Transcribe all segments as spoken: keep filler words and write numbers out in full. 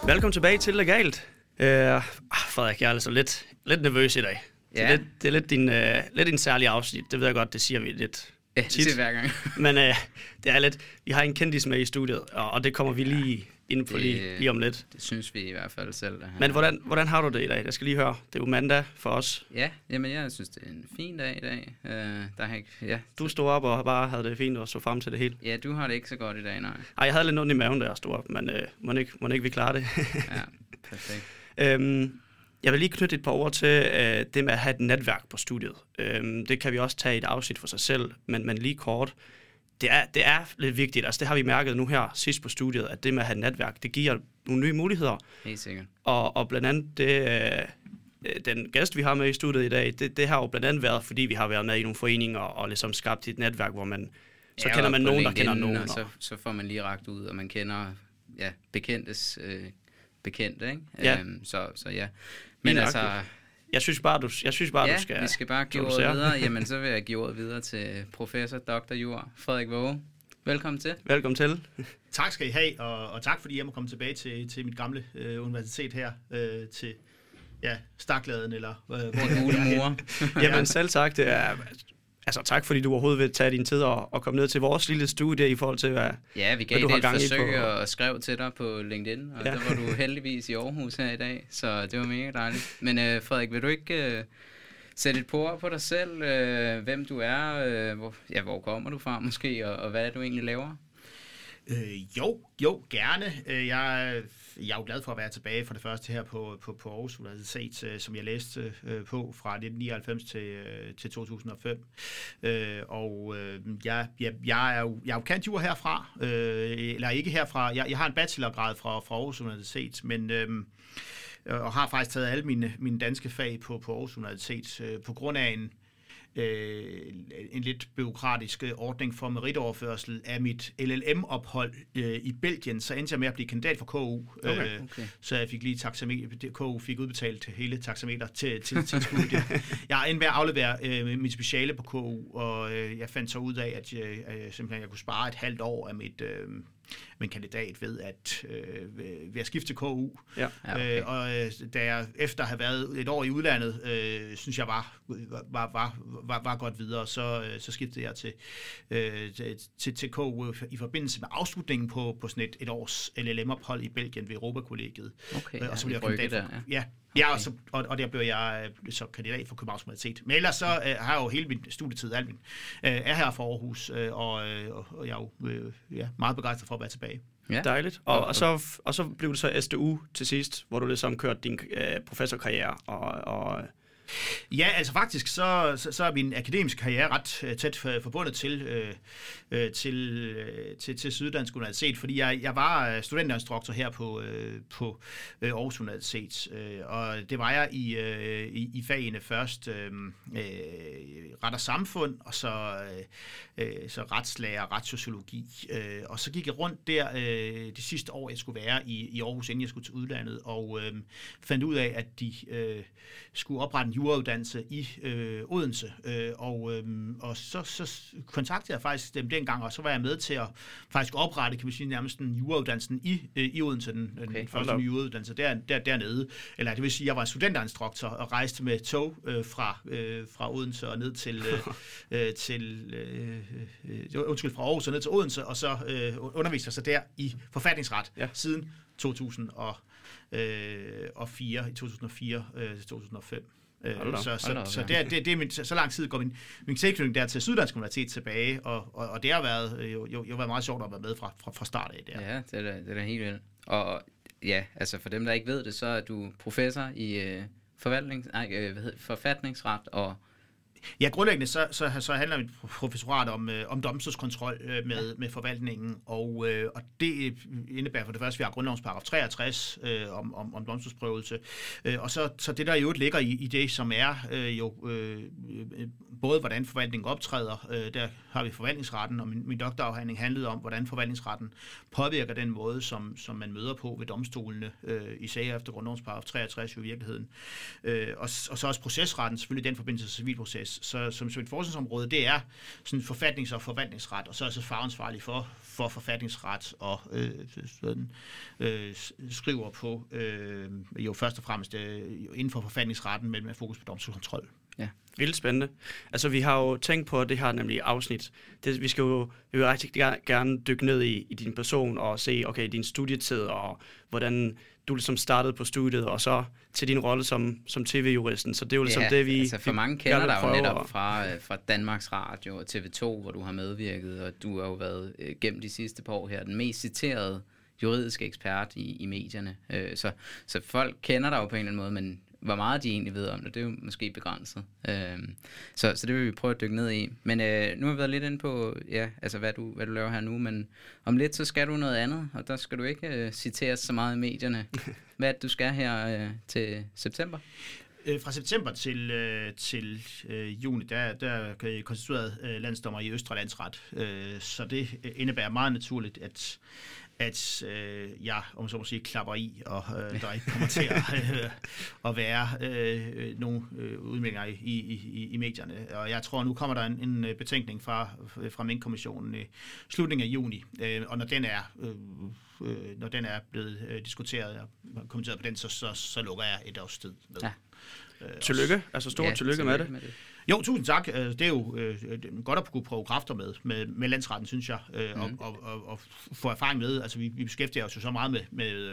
Velkommen tilbage til Legalt. Uh, Frederik, jeg er altså lidt, lidt nervøs i dag. Ja. Det, er lidt, det er lidt din, uh, lidt din særlige afsnit. Det ved jeg godt, det siger vi lidt ja, det siger hver gang. Men uh, det er lidt, vi har en kendis med i studiet, og, og det kommer vi lige ind på det, lige, lige om lidt. Det synes vi i hvert fald selv. Men hvordan, hvordan har du det i dag? Jeg skal lige høre. Det er jo mandag for os. Ja, jamen jeg synes, det er en fin dag i dag. Uh, der har ikke, ja. Du stod op og bare havde det fint og så frem til det hele. Ja, du har det ikke så godt i dag, nej. Ej, jeg havde lidt ondt i maven, da jeg stod op, men uh, må ikke, må ikke vi klare det. Ja, perfekt. øhm, jeg vil lige knytte et par ord til uh, det med at have et netværk på studiet. Um, det kan vi også tage i et afsnit for sig selv, men, men lige kort. Det er, det er lidt vigtigt, altså det har vi mærket nu her sidst på studiet, at det med at have et netværk, det giver nogle nye muligheder. Helt sikkert. Og, og blandt andet det, øh, den gæst, vi har med i studiet i dag, det, det har jo blandt andet været, fordi vi har været med i nogle foreninger og ligesom skabt et netværk, hvor man, så ja, kender man nogen, der kender nogen. Og så, så får man lige rakt ud, og man kender ja, bekendtes øh, bekendte, ikke? Ja. Øhm, så, så ja. Men altså... Jeg synes bare, du, jeg synes bare, ja, du skal... vi skal bare give ordet videre. Jamen, så vil jeg give ordet videre til professor doktor jur. Frederik Våge. Velkommen til. Velkommen til. Tak skal I have, og, og tak fordi jeg må komme tilbage til, til mit gamle øh, universitet her, øh, til ja, Stakladen, eller øh, hvor det er mor. Jamen selv tak, det er... Altså tak, fordi du overhovedet vil tage din tid og, og komme ned til vores lille studie i forhold til, hvad, ja, vi gav hvad du det har et forsøg på. Og skrev til dig på LinkedIn, og ja. Der var du heldigvis i Aarhus her i dag, så det var mega dejligt. Men øh, Frederik, vil du ikke øh, sætte et par ord på dig selv, øh, hvem du er, øh, hvor, ja, hvor kommer du fra måske, og, og hvad du egentlig laver? Øh, jo, jo, gerne. Jeg, jeg er jo glad for at være tilbage for det første her på, på, på Aarhus Universitet, som jeg læste øh, på fra nitten nioghalvfems til, øh, til to tusind og fem. Øh, og øh, jeg, jeg, jeg er jo, jeg er jo kendt jur herfra, øh, eller ikke herfra. Jeg, jeg har en bachelorgrad fra, fra Aarhus Universitet, men... Øh, og har faktisk taget alle mine, mine danske fag på, på Aarhus Universitet øh, på grund af en Øh, en lidt bureaukratisk ordning for meritoverførsel af mit L L M-ophold øh, i Belgien, så endte jeg med at blive kandidat for K U. Okay, øh, okay. Så jeg fik lige taxameter, K U fik udbetalt hele taxameter til, til, til studiet. Jeg endte med at aflevere øh, mit speciale på K U, og øh, jeg fandt så ud af, at jeg, øh, simpelthen jeg kunne spare et halvt år af mit... Øh, min kandidat ved at øh, ved at skifte til K U. Ja. Ja, okay. øh, og øh, da jeg efter at have været et år i udlandet, øh, synes jeg var var var var, var godt videre, så øh, så skiftede jeg til, øh, til til K U i forbindelse med afslutningen på på sådan et, et års L L M-ophold i Belgien ved Europakollegiet. Okay. Øh, og så ja, blev jeg kandidat for, ja. ja. Okay. Ja, og, så, og, og der blev jeg så kandidat for Københavns Universitet. Men ellers så øh, har jeg jo hele min studietid, alt min, øh, er her fra Aarhus, øh, og, øh, og jeg er jo øh, ja, meget begejstret for at være tilbage. Ja. Dejligt. Og, og, så, og så blev det så S D U til sidst, hvor du ligesom kørte din øh, professorkarriere og... og Ja, altså faktisk, så, så, så er min akademiske karriere ret uh, tæt forbundet til, uh, uh, til, uh, til, til Syddansk Universitet, fordi jeg, jeg var studentinstruktor her på, uh, på uh, Aarhus Universitet, uh, og det var jeg i, uh, i, i fagene først uh, uh, ret og samfund, og så, uh, så retslære og retssociologi, uh, og så gik jeg rundt der uh, de sidste år, jeg skulle være i, i Aarhus, inden jeg skulle til udlandet, og uh, fandt ud af, at de uh, skulle oprette en jurauddannelse i øh, Odense, øh, og, øh, og så, så kontaktede jeg faktisk dem dengang, og så var jeg med til at faktisk oprette, kan vi sige, nærmest en jurauddannelsen i, øh, i Odense, den, okay, den første jurauddannelse der, der, dernede. Eller det vil sige, jeg var studentinstruktor og rejste med tog øh, fra, øh, fra Odense og ned til, øh, til øh, øh, undskyld, fra Aarhus og ned til Odense, og så øh, underviste jeg så der i forfatningsret ja. siden to tusind og fire, i to tusind og fire til to tusind og fem. Hold så da, så, hold så, det, det, det er min, så, så lang tid går min, min tilknytning der til Syddansk Universitet tilbage, og, og, og det har været, jo, jo, jo været meget sjovt at være med fra, fra, fra start af der. Ja, det er da, det er da helt vildt. Og ja, altså for dem, der ikke ved det, så er du professor i øh, forvaltnings, nej, øh, hvad hedder, forfatningsret og... Ja, grundlæggende så, så, så handler mit professorat om, øh, om domstolskontrol øh, med, ja. med forvaltningen, og, øh, og det indebærer for det første, at vi har grundlovens paragraf treogtres øh, om, om, om domstolsprøvelse, øh, og så, så det der jo ligger i, i det, som er øh, jo øh, både hvordan forvaltningen optræder, øh, der har vi forvaltningsretten, og min, min doktorafhandling handlede om, hvordan forvaltningsretten påvirker den måde, som, som man møder på ved domstolene, øh, i sager efter grundlovens paragraf treogtres jo i virkeligheden, øh, og, og så også procesretten, selvfølgelig den forbindelse til civilproces, så som, som et forskningsområde, det er sådan forfatnings- og forvaltningsret, og så er jeg så fagansvarlig for, for forfatningsret, og øh, sådan, øh, skriver på, øh, jo først og fremmest øh, inden for forfatningsretten, men med fokus på domstolskontrol. Ja, vildt spændende. Altså, vi har jo tænkt på det her nemlig afsnit. Det, vi skal jo vi vil rigtig gerne dykke ned i, i din person og se, okay, din studietid og hvordan du ligesom startede på studiet, og så til din rolle som, som tv-juristen. Så det er jo ligesom ja, det, vi... altså for vi mange kender dig jo netop og... fra, fra Danmarks Radio og T V to, hvor du har medvirket, og du har jo været øh, gennem de sidste par år her den mest citerede juridiske ekspert i, i medierne. Øh, så, så folk kender dig jo på en eller anden måde, men hvor meget de egentlig ved om det, det er jo måske begrænset. Øh, så, så det vil vi prøve at dykke ned i. Men øh, nu har vi været lidt inde på, ja, altså hvad du, hvad du laver her nu, men om lidt så skal du noget andet, og der skal du ikke øh, citeres så meget i medierne. Hvad er det, du skal her øh, til september? Fra september til, øh, til øh, juni, der, der er jeg konstitueret øh, landsdommer i Østre Landsret. Øh, så det indebærer meget naturligt, at, at øh, jeg, om så må sige, klapper i, og øh, der ikke kommer til at, øh, at være øh, nogle øh, udmeldinger i, i, i medierne. Og jeg tror, nu kommer der en, en betænkning fra, fra Mink-kommissionen i slutningen af juni, øh, og når den er... Øh, når den er blevet øh, diskuteret og kommenteret på den, så, så, så lukker jeg et års tid med. Ja. Øh, tillykke, altså stort ja, tillykke, tillykke med, det. med det. Jo, tusind tak. Det er jo øh, godt at kunne prøve kræfter med, med, med landsretten, synes jeg, øh, mm. og, og, og, og få erfaring med. Altså, vi, vi beskæftiger os jo så meget med, med, øh,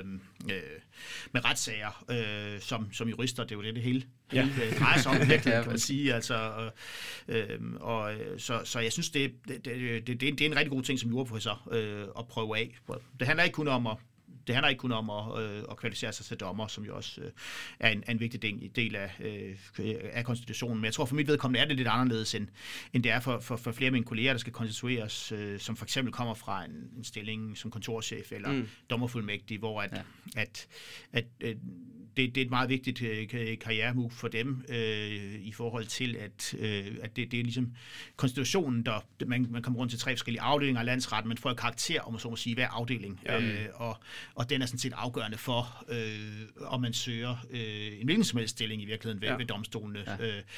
med retssager, øh, som, som jurister. Det er jo det, det hele, ja. hele drejer sig om, virkelig, kan man sige. Altså, øh, og, så, så jeg synes, det, det, det, det, det er en rigtig god ting som juraprofessor øh, at prøve af. Det handler ikke kun om at Det handler ikke kun om at, øh, at kvalificere sig til dommer, som jo også øh, er, en, er en vigtig del, del af, øh, af konstitutionen. Men jeg tror, for mit vedkommende er det lidt anderledes, end, end det er for, for, for flere af mine kolleger, der skal konstitueres, øh, som for eksempel kommer fra en, en stilling som kontorchef eller mm. dommerfuldmægtig, hvor at, ja. at, at, at det, det er et meget vigtigt øh, karrieremove for dem øh, i forhold til, at, øh, at det, det er ligesom konstitutionen, der man, man kommer rundt til tre forskellige afdelinger af landsretten, man får et karakter, om man så må sige, hver afdeling. Ja. Øh, og Og den er sådan set afgørende for, øh, om man søger øh, en hvilken som helst stilling i virkeligheden ved, ja. ved domstolene. Ja. Øh,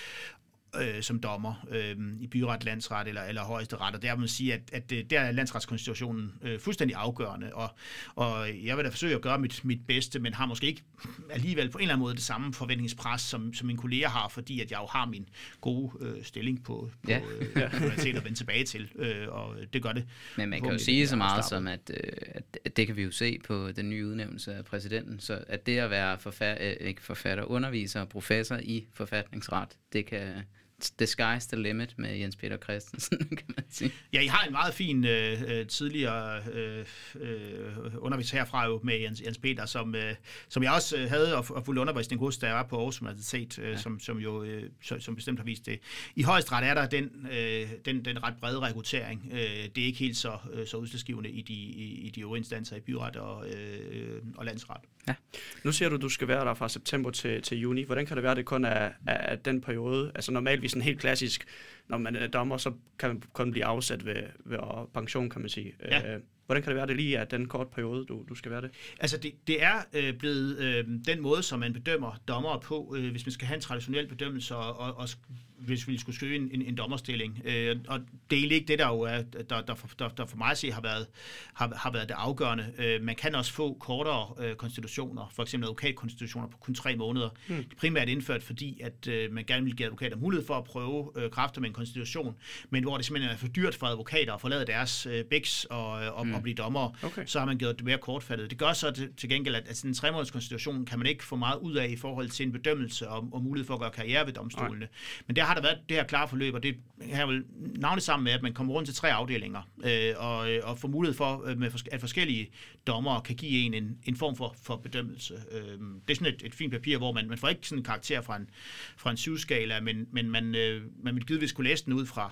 øh, som dommer øh, i byret, landsret eller, eller højesteret. Og der vil man sige, at, at der er landsretskonstitutionen øh, fuldstændig afgørende. Og, og jeg vil da forsøge at gøre mit, mit bedste, men har måske ikke alligevel på en eller anden måde det samme forventningspres, som, som mine kolleger har, fordi at jeg jo har min gode øh, stilling på, på ja. øh, universitet at vende tilbage til. Øh, og det gør det. Men man kan jo sige så meget som, at, øh, at det kan vi jo se på den nye udnævnelse af præsidenten, så at det at være forfatter, ikke forfatter, underviser og professor i forfatningsret, det kan... The sky's the limit med Jens Peter Christensen, kan man sige. Ja, I har en meget fin øh, tidligere øh, øh, underviser herfra jo med Jens, Jens Peter, som, øh, som jeg også øh, havde og, og fuldt undervisning hos, da jeg var på Aarhus Universitet, øh, ja. som, som jo øh, som, som bestemt har vist det. I højesteret er der den, øh, den, den ret brede rekruttering. Øh, det er ikke helt så, øh, så udslagsgivende i de, i, i de øvrige instanser i byret og, øh, og landsret. Ja. Nu siger du, at du skal være der fra september til, til juni. Hvordan kan det være, at det kun er, er den periode? Altså normalt, sådan helt klassisk, når man er dommer, så kan man kun blive afsat ved, ved pension, kan man sige. Ja. Øh, hvordan kan det være, det lige er den korte periode, du, du skal være det? Altså, det, det er øh, blevet øh, den måde, som man bedømmer dommere på, øh, hvis man skal have en traditionel bedømmelse, og, og, og hvis vi skulle søge en, en, en dommerstilling. Øh, og det er egentlig ikke det, der jo er, der, der, for, der, der for mig at se har været, har, har været det afgørende. Øh, man kan også få kortere øh, konstitutioner, for eksempel advokatkonstitutioner på kun tre måneder. Hmm. Det er primært indført, fordi at øh, man gerne vil give advokater mulighed for at prøve øh, kræfter med en konstitution, men hvor det simpelthen er for dyrt for advokater at forlade deres øh, bæks og, og, hmm. og blive dommere, okay. så har man gjort det mere kortfattet. Det gør så til, til gengæld, at, at sådan en tre måneders konstitution kan man ikke få meget ud af i forhold til en bedømmelse og, og mulighed for at gøre karriere ved domstolene. Okay. Men der har der været det her klare forløb, og det her vel navnet sammen med, at man kommer rundt til tre afdelinger, øh, og, og får mulighed for, øh, med, at forskellige dommere kan give en en, en form for, for bedømmelse. Øh, det er sådan et, et fint papir, hvor man, man får ikke sådan en karakter fra en, fra en syv-skala, men, men man, øh, man vil givetvis kunne læse den ud fra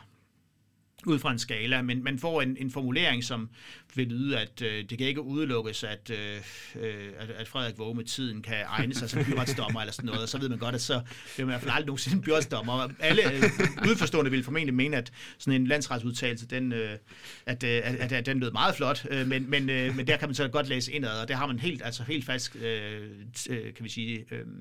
ud fra en skala, men man får en, en formulering, som vil lyde, at øh, det kan ikke udelukkes, at, øh, at, at Frederik Waage med tiden kan egne sig som byretsdommer eller sådan noget, og så ved man godt, at så vil man i hvert fald aldrig nogensinde byretsdommer. Alle øh, udforstående vil formentlig mene, at sådan en landsretsudtalelse, den, øh, at, øh, at, at den lød meget flot, øh, men, men, øh, men der kan man så godt læse indad, og det har man helt, altså helt fast, øh, kan vi sige, øh,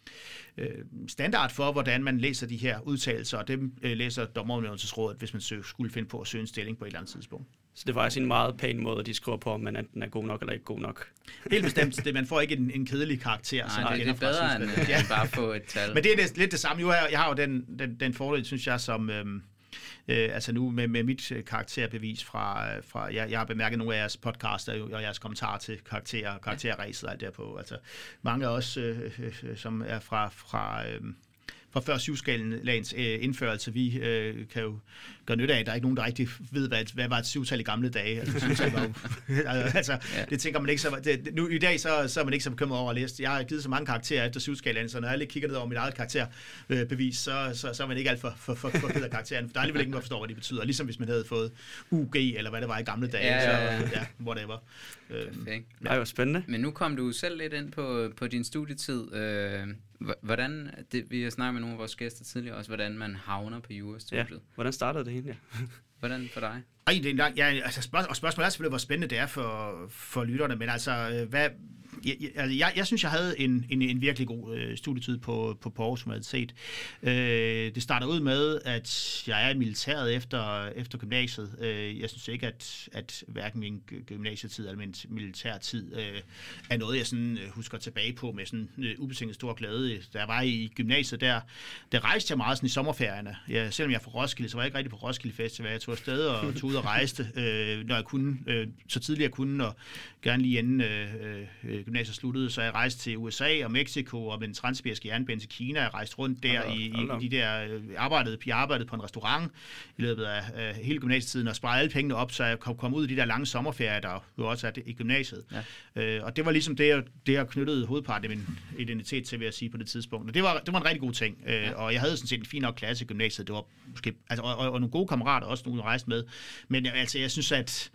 standard for, hvordan man læser de her udtalelser, og dem øh, læser dommerudnævnelsesrådet, hvis man sø- skulle finde på at søge en stilling på et eller andet tidspunkt. Så det var faktisk en meget pæn måde, de skriver på, om man enten er god nok eller ikke god nok. Helt bestemt. Det, man får ikke en, en kedelig karakter. Nej, det, det er bedre end, ja. end bare få et tal. Men det er det, lidt det samme. Jo, jeg, jeg har jo den, den, den fordel, synes jeg, som... Øhm, Øh, altså nu med, med mit karakterbevis fra, fra jeg, jeg har bemærket nogle af jeres podcaster og jeres kommentarer til karakterer, karakterræset og alt derpå. Altså mange af os, øh, øh, som er fra, fra, øh, fra før syvskalaens øh, indførelse, vi øh, kan jo gøre nytte af, at der er ikke nogen, der rigtig ved, hvad, hvad var et syvtal i gamle dage. Altså, syvtal var jo, altså ja. Det tænker man ikke så... Det, nu i dag, så, så er man ikke så bekymret over at læse. Jeg har givet så mange karakterer efter syvskalaen, så når jeg lige kigger ned over mit eget karakterbevis, så, så, så er man ikke alt for, for, for, for ked af karakteren. Der er alligevel ingen, der forstår, hvad det betyder. Ligesom hvis man havde fået U G, eller hvad det var i gamle dage. Ja, ja, ja. Så, ja, whatever. Perfekt. Ja. Det var spændende. Men nu kom du selv lidt ind på, på din studietid. Øh, hvordan, det, vi har snakket med nogle af vores gæster tidligere også, hvordan man havner på jurastudiet. Ja. Hvordan startede det egentlig? Hvordan for dig? Ej, det er en lang, ja, altså spørgsmål, og spørgsmålet er selvfølgelig, hvor spændende det er for, for lytterne, men altså, hvad... Jeg, jeg, jeg, jeg synes, jeg havde en, en, en virkelig god øh, studietid på, på, på Aarhus Universitet. Øh, det starter ud med, at jeg er i militæret efter, efter gymnasiet. Øh, jeg synes ikke, at, at hverken min gymnasietid eller min militærtid øh, er noget, jeg sådan, øh, husker tilbage på med sådan øh, ubetinget stor glæde. Da jeg var i gymnasiet, der, der rejste jeg meget sådan i sommerferierne. Jeg, selvom jeg er fra Roskilde, så var jeg ikke rigtig på Roskilde Festival. Jeg tog afsted og tog ud og rejste, øh, når jeg kunne, øh, så tidligt jeg kunne, og gerne lige inden øh, øh, gymnasiet sluttede, så jeg rejste til U S A og Mexico og med den transsibiriske jernbane til Kina. Jeg rejste rundt der i, i, i de der arbejdede, jeg arbejdede på en restaurant i løbet af, af hele gymnasietiden og sparede alle pengene op, så jeg kom, kom ud i de der lange sommerferier, der jo også er i gymnasiet. Ja. Øh, og det var ligesom det, jeg, det, jeg knyttede hovedparten af min identitet til, vil jeg sige, på det tidspunkt. Og det var, det var en rigtig god ting. Øh, ja. Og jeg havde sådan set en fin nok klasse i gymnasiet. Det var måske, altså, og, og, og nogle gode kammerater også, nogle der rejste med. Men altså, jeg synes, at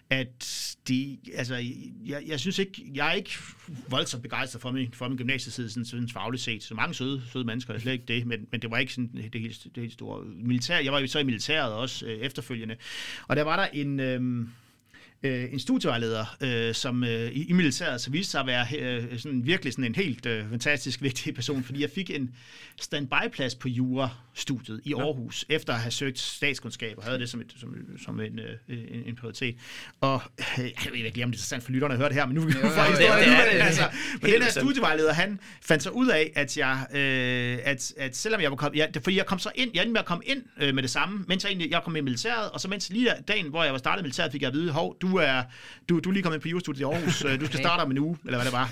at de, altså, jeg, jeg synes ikke, jeg er ikke voldsomt begejstret for min, for min gymnasietid, sådan, sådan fagligt set. Så mange søde, søde mennesker, er slet ikke det, men, men det var ikke sådan det helt, det helt store. Militær, jeg var jo så i militæret også øh, efterfølgende, og der var der en... Øh, en studievejleder, øh, som øh, i, i militæret så viste sig at være øh, sådan, virkelig sådan en helt øh, fantastisk vigtig person, fordi jeg fik en standby-plads på jurastudiet i Aarhus, ja. Efter at have søgt statskundskab, og havde det som, et, som, som en, øh, en, en prioritet. Og øh, jeg ved ikke lige, om det er interessant for lytterne at høre det her, men nu vil vi jo få historien. Altså, men den her studievejleder, han fandt sig ud af, at jeg, øh, at, at selvom jeg var kommet, ja, fordi jeg kom så ind, jeg endte med at komme ind øh, med det samme, mens jeg, egentlig, jeg kom i militæret, og så mens lige dagen, hvor jeg var startet i militæret, fik jeg at vide, hov, du er, du, du er lige kommet ind på jurastudiet i Aarhus, du skal starte om en uge, eller hvad det var.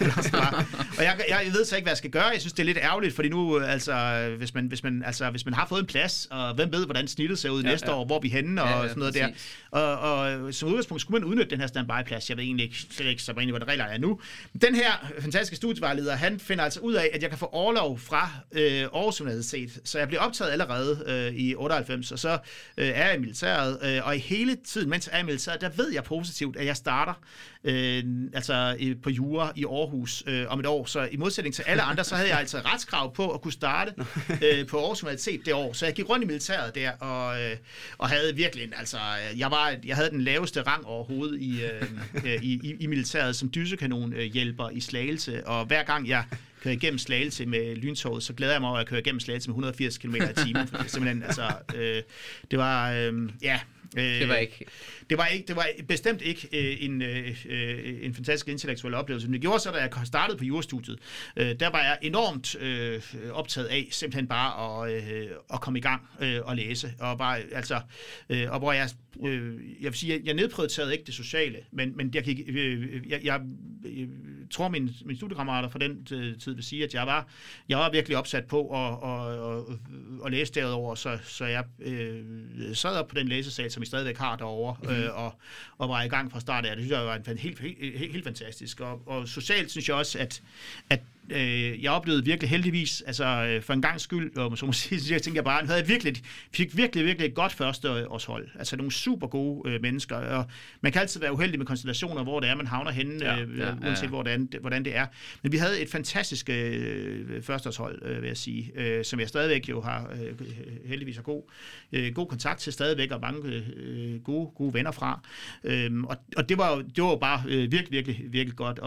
Og jeg, jeg ved så ikke, hvad jeg skal gøre. Jeg synes, det er lidt ærgerligt, fordi nu, altså, hvis man, hvis man, altså, hvis man har fået en plads, og hvem ved, hvordan snittet ser ud ja, næste ja. år, hvor vi er henne, og ja, ja, sådan noget præcis. Der. Og, og som udgangspunkt skulle man udnytte den her standby-plads. Jeg ved egentlig ikke, slet ikke så egentlig, hvad reglerne er nu. Den her fantastiske studievejleder, han finder altså ud af, at jeg kan få orlov fra øh, Aarhus Universitet, så jeg bliver optaget allerede øh, i otteoghalvfems, og så øh, er jeg i militæret, øh, og i hele tiden, mens jeg er i militæret, der ved jeg positivt, at jeg starter øh, altså øh, på jura i Aarhus øh, om et år. Så i modsætning til alle andre, så havde jeg altså retskrav på at kunne starte øh, på Aarhus Universitet det år. Så jeg gik rundt i militæret der, og, øh, og havde virkelig, altså, jeg, var, jeg havde den laveste rang overhovedet i, øh, i, i, i militæret som dyssekanonhjælper i Slagelse, og hver gang jeg kører igennem Slagelse med lyntoget, så glæder jeg mig over at køre igennem Slagelse med et hundrede og firs kilometer i timen. Simpelthen, altså, øh, det var, øh, ja... Det var ikke... Det var, ikke, det var bestemt ikke øh, en, øh, en fantastisk intellektuel oplevelse. Men det gjorde så, da jeg startede på jurastudiet. Øh, der var jeg enormt øh, optaget af simpelthen bare at, øh, at komme i gang øh, og læse. Og, bare, altså, øh, og hvor jeg, øh, jeg vil sige, jeg, jeg nedprioriterede ikke det sociale, men, men jeg, øh, jeg, jeg, jeg tror, mine, mine studiekammerater fra den tid vil sige, at jeg var, jeg var virkelig opsat på at, at, at, at læse derudover, så, så jeg øh, sad op på den læsesal, som vi stadigvæk har derovre, mm-hmm. øh, og, og var i gang fra start af. Det synes jeg var en, helt, helt, helt, helt fantastisk. Og, og socialt synes jeg også, at, at øh, jeg oplevede virkelig heldigvis, altså for en gang skyld, og så må sige, så jeg tænker jeg bare, at jeg virkelig, fik virkelig, virkelig et godt førsteårshold. Altså nogle super gode øh, mennesker. Og man kan altid være uheldig med konstellationer, hvor det er, man havner henne, ja, øh, ja, uanset ja. Hvordan, hvordan det er. Men vi havde et fantastisk øh, førsteårshold, øh, vil jeg sige, øh, som jeg stadigvæk jo har øh, heldigvis har god, øh, god kontakt til stadigvæk, og mange øh, gode, gode venner fra. Øhm, og, og det var jo det var bare øh, virkelig, virkelig, virkelig godt. Og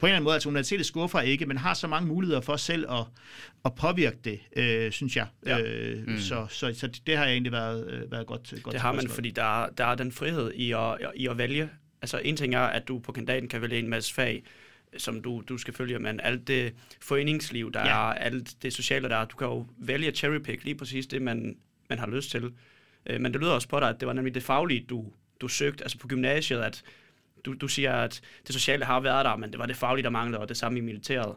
på en eller anden måde, altså universitetet skuffer ikke, men har så mange muligheder for selv at, at påvirke det, øh, synes jeg. Ja. Øh, mm. så, så, så det har jeg egentlig været, været godt, godt det har man, fordi der, der er den frihed i at, i at vælge. Altså en ting er, at du på kandidaten kan vælge en masse fag, som du, du skal følge, men alt det foreningsliv, der ja. er, alt det sociale, der er, du kan jo vælge cherrypick lige præcis det, man, man har lyst til. Øh, men det lyder også på dig, at det var nemlig det faglige, du, du søgte, altså på gymnasiet, at du, du siger, at det sociale har været der, men det var det faglige, der manglede, og det samme i militæret.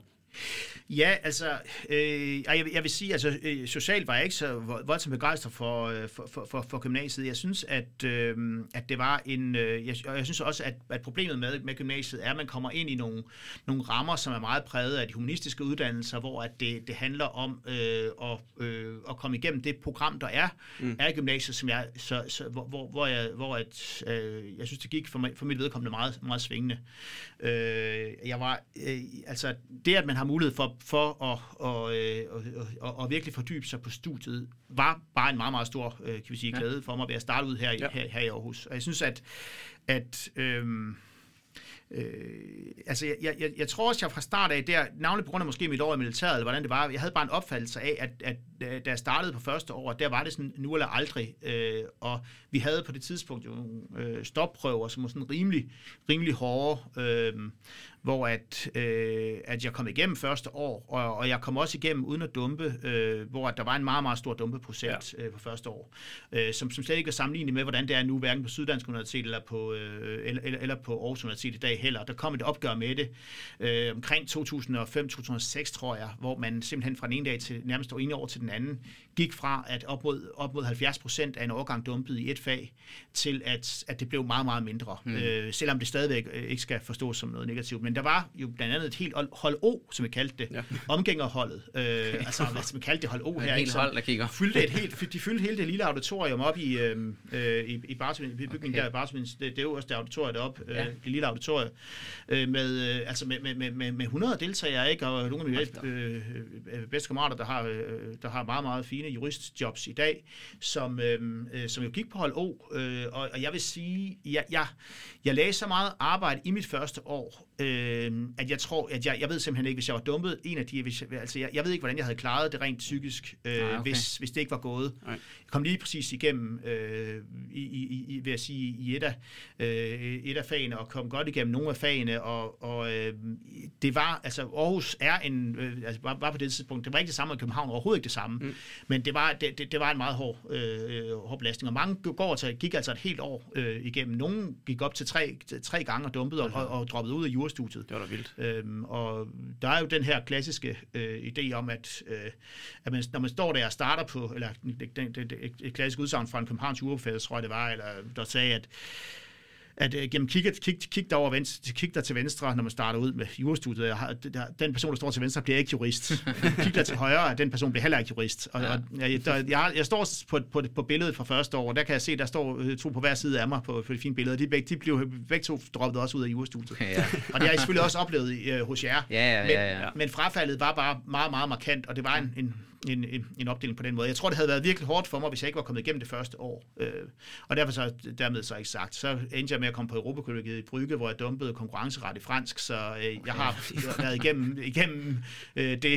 Ja, altså, øh, jeg, jeg vil sige, altså, øh, socialt var jeg ikke så voldsomt begejstret for, øh, for, for, for, for gymnasiet. Jeg synes, at, øh, at det var en, øh, jeg, og jeg synes også, at, at problemet med, med gymnasiet er, at man kommer ind i nogle, nogle rammer, som er meget præget af de humanistiske uddannelser, hvor at det, det handler om øh, at, øh, at komme igennem det program, der er, mm. er i gymnasiet, som jeg, så, så, hvor, hvor, hvor, jeg, hvor at, øh, jeg synes, det gik for, mig, for mit vedkommende meget, meget svingende. Øh, jeg var, øh, altså, det at man har mulighed for, for at og, øh, og, og, og virkelig fordybe sig på studiet, var bare en meget, meget stor øh, kan vi sige, glæde for mig ved at starte ud her, ja. her, her i Aarhus. Og jeg synes, at, at øhm, øh, altså, jeg, jeg, jeg tror også, jeg fra start af, der, navnlig på grund af måske mit år i militæret, eller hvordan det var, jeg havde bare en opfattelse af, at, at, at da jeg startede på første år, der var det sådan nu eller aldrig, øh, og vi havde på det tidspunkt jo øh, stopprøver, som var sådan rimelig, rimelig hårde, øh, hvor at, øh, at jeg kom igennem første år, og, og jeg kom også igennem uden at dumpe, øh, hvor at der var en meget, meget stor dumpeprocent ja. øh, på første år, øh, som, som slet ikke er sammenlignet med, hvordan det er nu, hverken på Syddansk Universitet eller på, øh, eller, eller på Aarhus Universitet i dag heller. Der kom et opgør med det øh, omkring to tusind og fem til to tusind og seks, tror jeg, hvor man simpelthen fra den ene dag til nærmest ene år til den anden, gik fra, at op mod, op mod halvfjerds procent af en årgang dumpede i et fag, til at, at det blev meget, meget mindre. Mm. Øh, selvom det stadigvæk ikke skal forstås som noget negativt. Men der var jo blandt andet et helt hold O, som vi kaldte det, ja. omgængerholdet. Øh, altså, hvad som vi kaldte det hold O her. Et helt hold, der kigger. Fyldte et helt, de fyldte hele det lille auditorium op i, øh, i, i, Barsvin, i bygningen okay. der i Barsvin. Det, det er jo også det auditorium deroppe, ja. øh, det lille auditorium, øh, med, øh, altså med, med, med, med hundrede deltagere, ikke? Og nogle af mine øh, øh, bedste kammerater, der har, øh, der har meget, meget fine juristjobs i dag, som, øh, som jo gik på hold O. Øh, og, og jeg vil sige, jeg, jeg, jeg lagde så meget arbejde i mit første år, øh, at jeg tror, at jeg, jeg ved simpelthen ikke, hvis jeg var dumpet, en af de, hvis jeg, altså jeg, jeg ved ikke, hvordan jeg havde klaret det rent psykisk, øh, ah, okay. hvis, hvis det ikke var gået. Nej. Jeg kom lige præcis igennem, øh, i, i, i, vil jeg sige, i et af, øh, et af fagene, og kom godt igennem nogle af fagene, og, og øh, det var, altså Aarhus er en, øh, altså var, var på det tidspunkt, det var ikke det samme i København, overhovedet ikke det samme, mm. men det var, det, det, det var en meget hård, øh, hård belastning, og mange går til, gik altså et helt år øh, igennem. Nogle gik op til tre, tre gange og dumpede, og, og, og droppede ud af jurastudiet. Det var da vildt. Øhm, og der er jo den her klassiske øh, idé om, at, øh, at man, når man står der og starter på, eller det, det, det, et klassisk udsagn fra en Københavns juraprofessor, tror jeg det var, eller der sagde, at at uh, gennem kig, kig, kig, der over venstre, kig der til venstre, når man starter ud med jurastudiet, den person, der står til venstre, bliver ikke jurist. Kig der til højre, at den person bliver heller ikke jurist. Og, ja. og jeg, der, jeg, jeg står på, på, på billedet fra første år, og der kan jeg se, der står to på hver side af mig på, på det fine billede, de, begge, de blev begge to droppet også ud af jurastudiet. Ja. Og det har jeg selvfølgelig også oplevet uh, hos jer. Ja, ja, ja, ja. Men, men frafaldet var bare meget, meget markant, og det var en, en En, en, en opdeling på den måde. Jeg tror, det havde været virkelig hårdt for mig, hvis jeg ikke var kommet igennem det første år. Øh, og derfor så, dermed så ikke sagt. Så endte jeg med at komme på Europakollegiet i Brygge, hvor jeg dumpede konkurrenceret i fransk, så øh, okay. jeg har været igennem, igennem øh, det.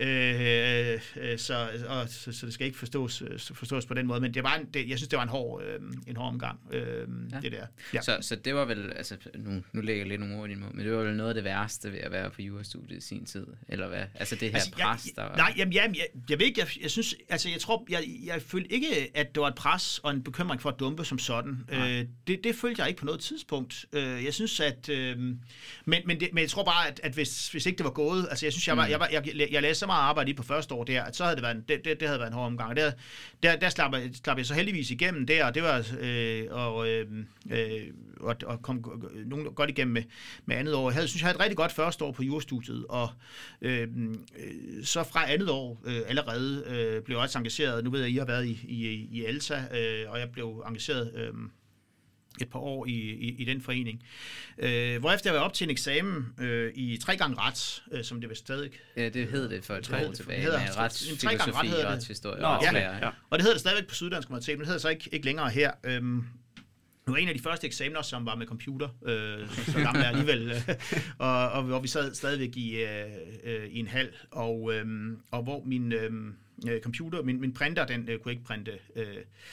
Øh, øh, så, og, så, så det skal ikke forstås, forstås på den måde. Men det var en, det, jeg synes, det var en hård, øh, en hård omgang, øh, ja. det der. Ja. Så, så det var vel, altså nu, nu lægger jeg lidt nogle ord i din måde, men det var vel noget af det værste ved at være på jurastudiet i sin tid, eller hvad? Altså det her altså, pres, jeg, der... Nej, jamen, jamen, jeg, jeg ved ikke, jeg, jeg synes, altså jeg tror, jeg, jeg følte ikke, at det var et pres og en bekymring for at dumpe som sådan. Øh, det, det følte jeg ikke på noget tidspunkt. Øh, jeg synes, at, øh, men, men, det, men jeg tror bare, at, at hvis, hvis ikke det var gået, altså jeg synes, jeg var, jeg, var, jeg, jeg, jeg lagde så meget arbejde i på første år der, at så havde det været en, det, det, det havde været en hård omgang. Der, der, der slap, jeg, slap jeg så heldigvis igennem der, og det var, øh, og, øh, og, og kom nogen godt igennem med, med andet år. Jeg havde, synes, jeg havde et rigtig godt første år på jurastudiet, og øh, så fra andet år øh, allerede øh, blev jeg også engageret. Nu ved jeg, at I har været i, i, i ELSA, øh, og jeg blev engageret øh, et par år i, i, i den forening. Øh, hvorefter jeg var op til en eksamen øh, i tre gange ret, øh, som det var stadig. Ja, det hed det for et par år tilbage. Det hedder retsfilosofi og retshistorie. Ja, ja. Og det hedder det stadigvæk på Syddansk Universitet, men det hedder så ikke, ikke længere her. Øhm, Det var en af de første eksamener, som var med computer, øh, så, så gammel er alligevel, øh, og, og hvor vi sad stadigvæk i, øh, øh, i en hal, og, øh, og hvor min øh, computer, min, min printer, den øh, kunne ikke printe, øh,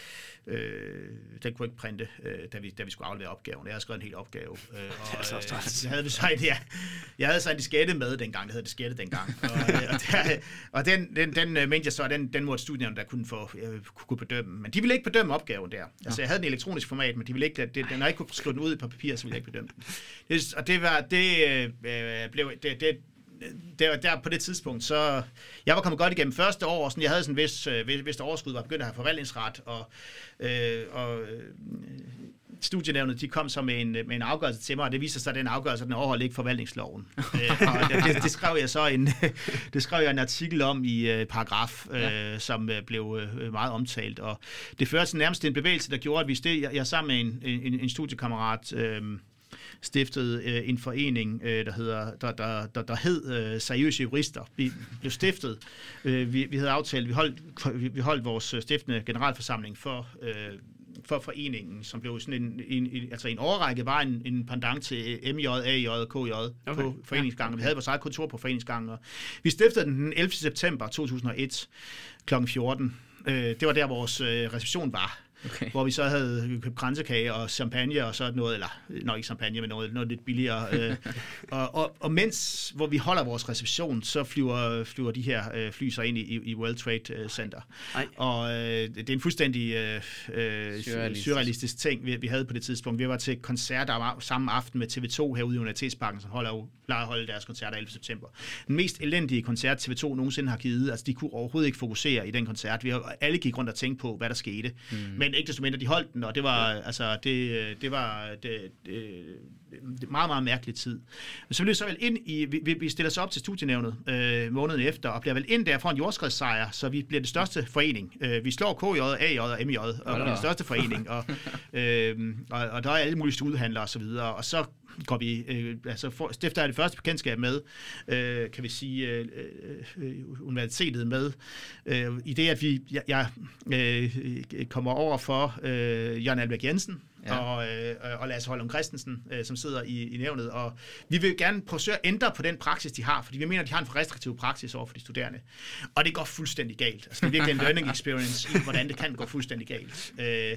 øh, den kunne ikke printe, øh, da, vi, da vi skulle aflevere opgaven. Jeg havde skrevet en hel opgave, øh, og øh, jeg havde så en, ja, jeg havde så en diskette med dengang, det hed diskette dengang, og, øh, og, der, og den, den, den mente jeg så, den, den måtte studierne der kunne få, øh, kunne bedømme, men de ville ikke bedømme opgaven der. Altså jeg havde den i elektronisk format, men de ville ikke, det, den, når jeg ikke kunne skrive den ud på papir, så ville jeg ikke bedømme den. Det, og det var, det øh, blev, det, det Der, der på det tidspunkt, så jeg var kommet godt igennem første år, og sådan, jeg havde sådan en vis, vis, vis overskud, var begyndt at have forvaltningsret, og, øh, og øh, studienævnet, de kom så med en, med en afgørelse til mig, og det viser sig, at den afgørelse, den overholder ikke forvaltningsloven. øh, og det, det, skrev jeg så en, det skrev jeg en artikel om i øh, paragraf, øh, ja. som øh, blev øh, meget omtalt, og det førte til nærmest en bevægelse, der gjorde, at vi steg, jeg, jeg sammen med en, en, en studiekammerat, øh, stiftede øh, en forening, øh, der hedder der der der, der hed øh, Seriøse Jurister. Vi blev stiftet. Øh, vi vi havde aftalt, vi holdt vi, vi holdt vores stiftende generalforsamling for øh, for foreningen, som blev sådan en, en, en altså en årrække var en, en pendant til M J, A J og K J okay. på foreningsgangen. Vi havde vores eget kontor på foreningsgangen, og vi stiftede den den ellevte september to tusind og et klokken fjorten. Øh, det var der vores øh, reception var. Okay. Hvor vi så havde købt kransekage og champagne og sådan noget, eller nok ikke champagne, men noget, noget lidt billigere. øh, og, og, og mens, hvor vi holder vores reception, så flyver, flyver de her øh, fly så ind i, i World Trade Center. Ej. Og øh, det er en fuldstændig øh, surrealistisk. surrealistisk ting, vi, vi havde på det tidspunkt. Vi var til koncerter samme aften med T V to herude i Universitetsparken, som holder jo, plejer at holde deres koncerter ellevte september. Den mest elendige koncert, T V to nogensinde har givet. Altså, de kunne overhovedet ikke fokusere i den koncert. Vi alle gik rundt og tænkte på, hvad der skete. Mm. Men ikke desto mindre, de holdt den, og det var, ja. altså, det, det var det, det, det meget, meget mærkelig tid. Men så blev vi så vel ind i, vi, vi stiller os op til studienævnet øh, måneden efter, og bliver vel ind der for en jordskredssejr, så vi bliver det største forening. Øh, vi slår K J, A J og M J, og bliver den største forening, og, øh, og, og der er alle mulige studiehandlere og så videre, og så går vi, øh, altså for, stifter jeg det første bekendtskab med, øh, kan vi sige, øh, øh, universitetet med, øh, i det, at vi, jeg, jeg øh, kommer over for øh, Jørgen Albæk Jensen, ja. og, øh, og Lasse Højlund Christensen, øh, som sidder i, i nævnet, og vi vil gerne prøve at ændre på den praksis, de har, fordi vi mener, at de har en for restriktiv praksis over for de studerende, og det går fuldstændig galt. Altså, det er virkelig en learning experience i, hvordan det kan gå fuldstændig galt. Øh,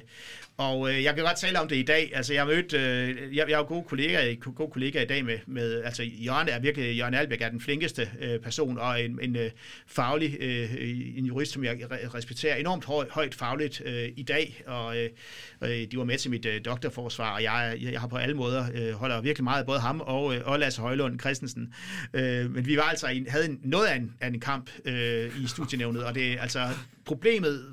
og øh, jeg kan godt tale om det i dag. Altså, jeg har mødt, øh, jeg, jeg er jo gode kollegaer, gode kollegaer i dag med, med altså, Jørgen er virkelig, Jørgen Albæk er den flinkeste øh, person, og en, en øh, faglig, øh, en jurist, som jeg respekterer enormt høj, højt fagligt øh, i dag, og øh, de var med til mit øh, doktorforsvar, og jeg, jeg har på alle måder øh, holder virkelig meget af både ham og, øh, og Lasse Højlund Christensen. Øh, men vi var altså en, havde en, noget af en, af en kamp øh, i studienævnet, og det altså problemet.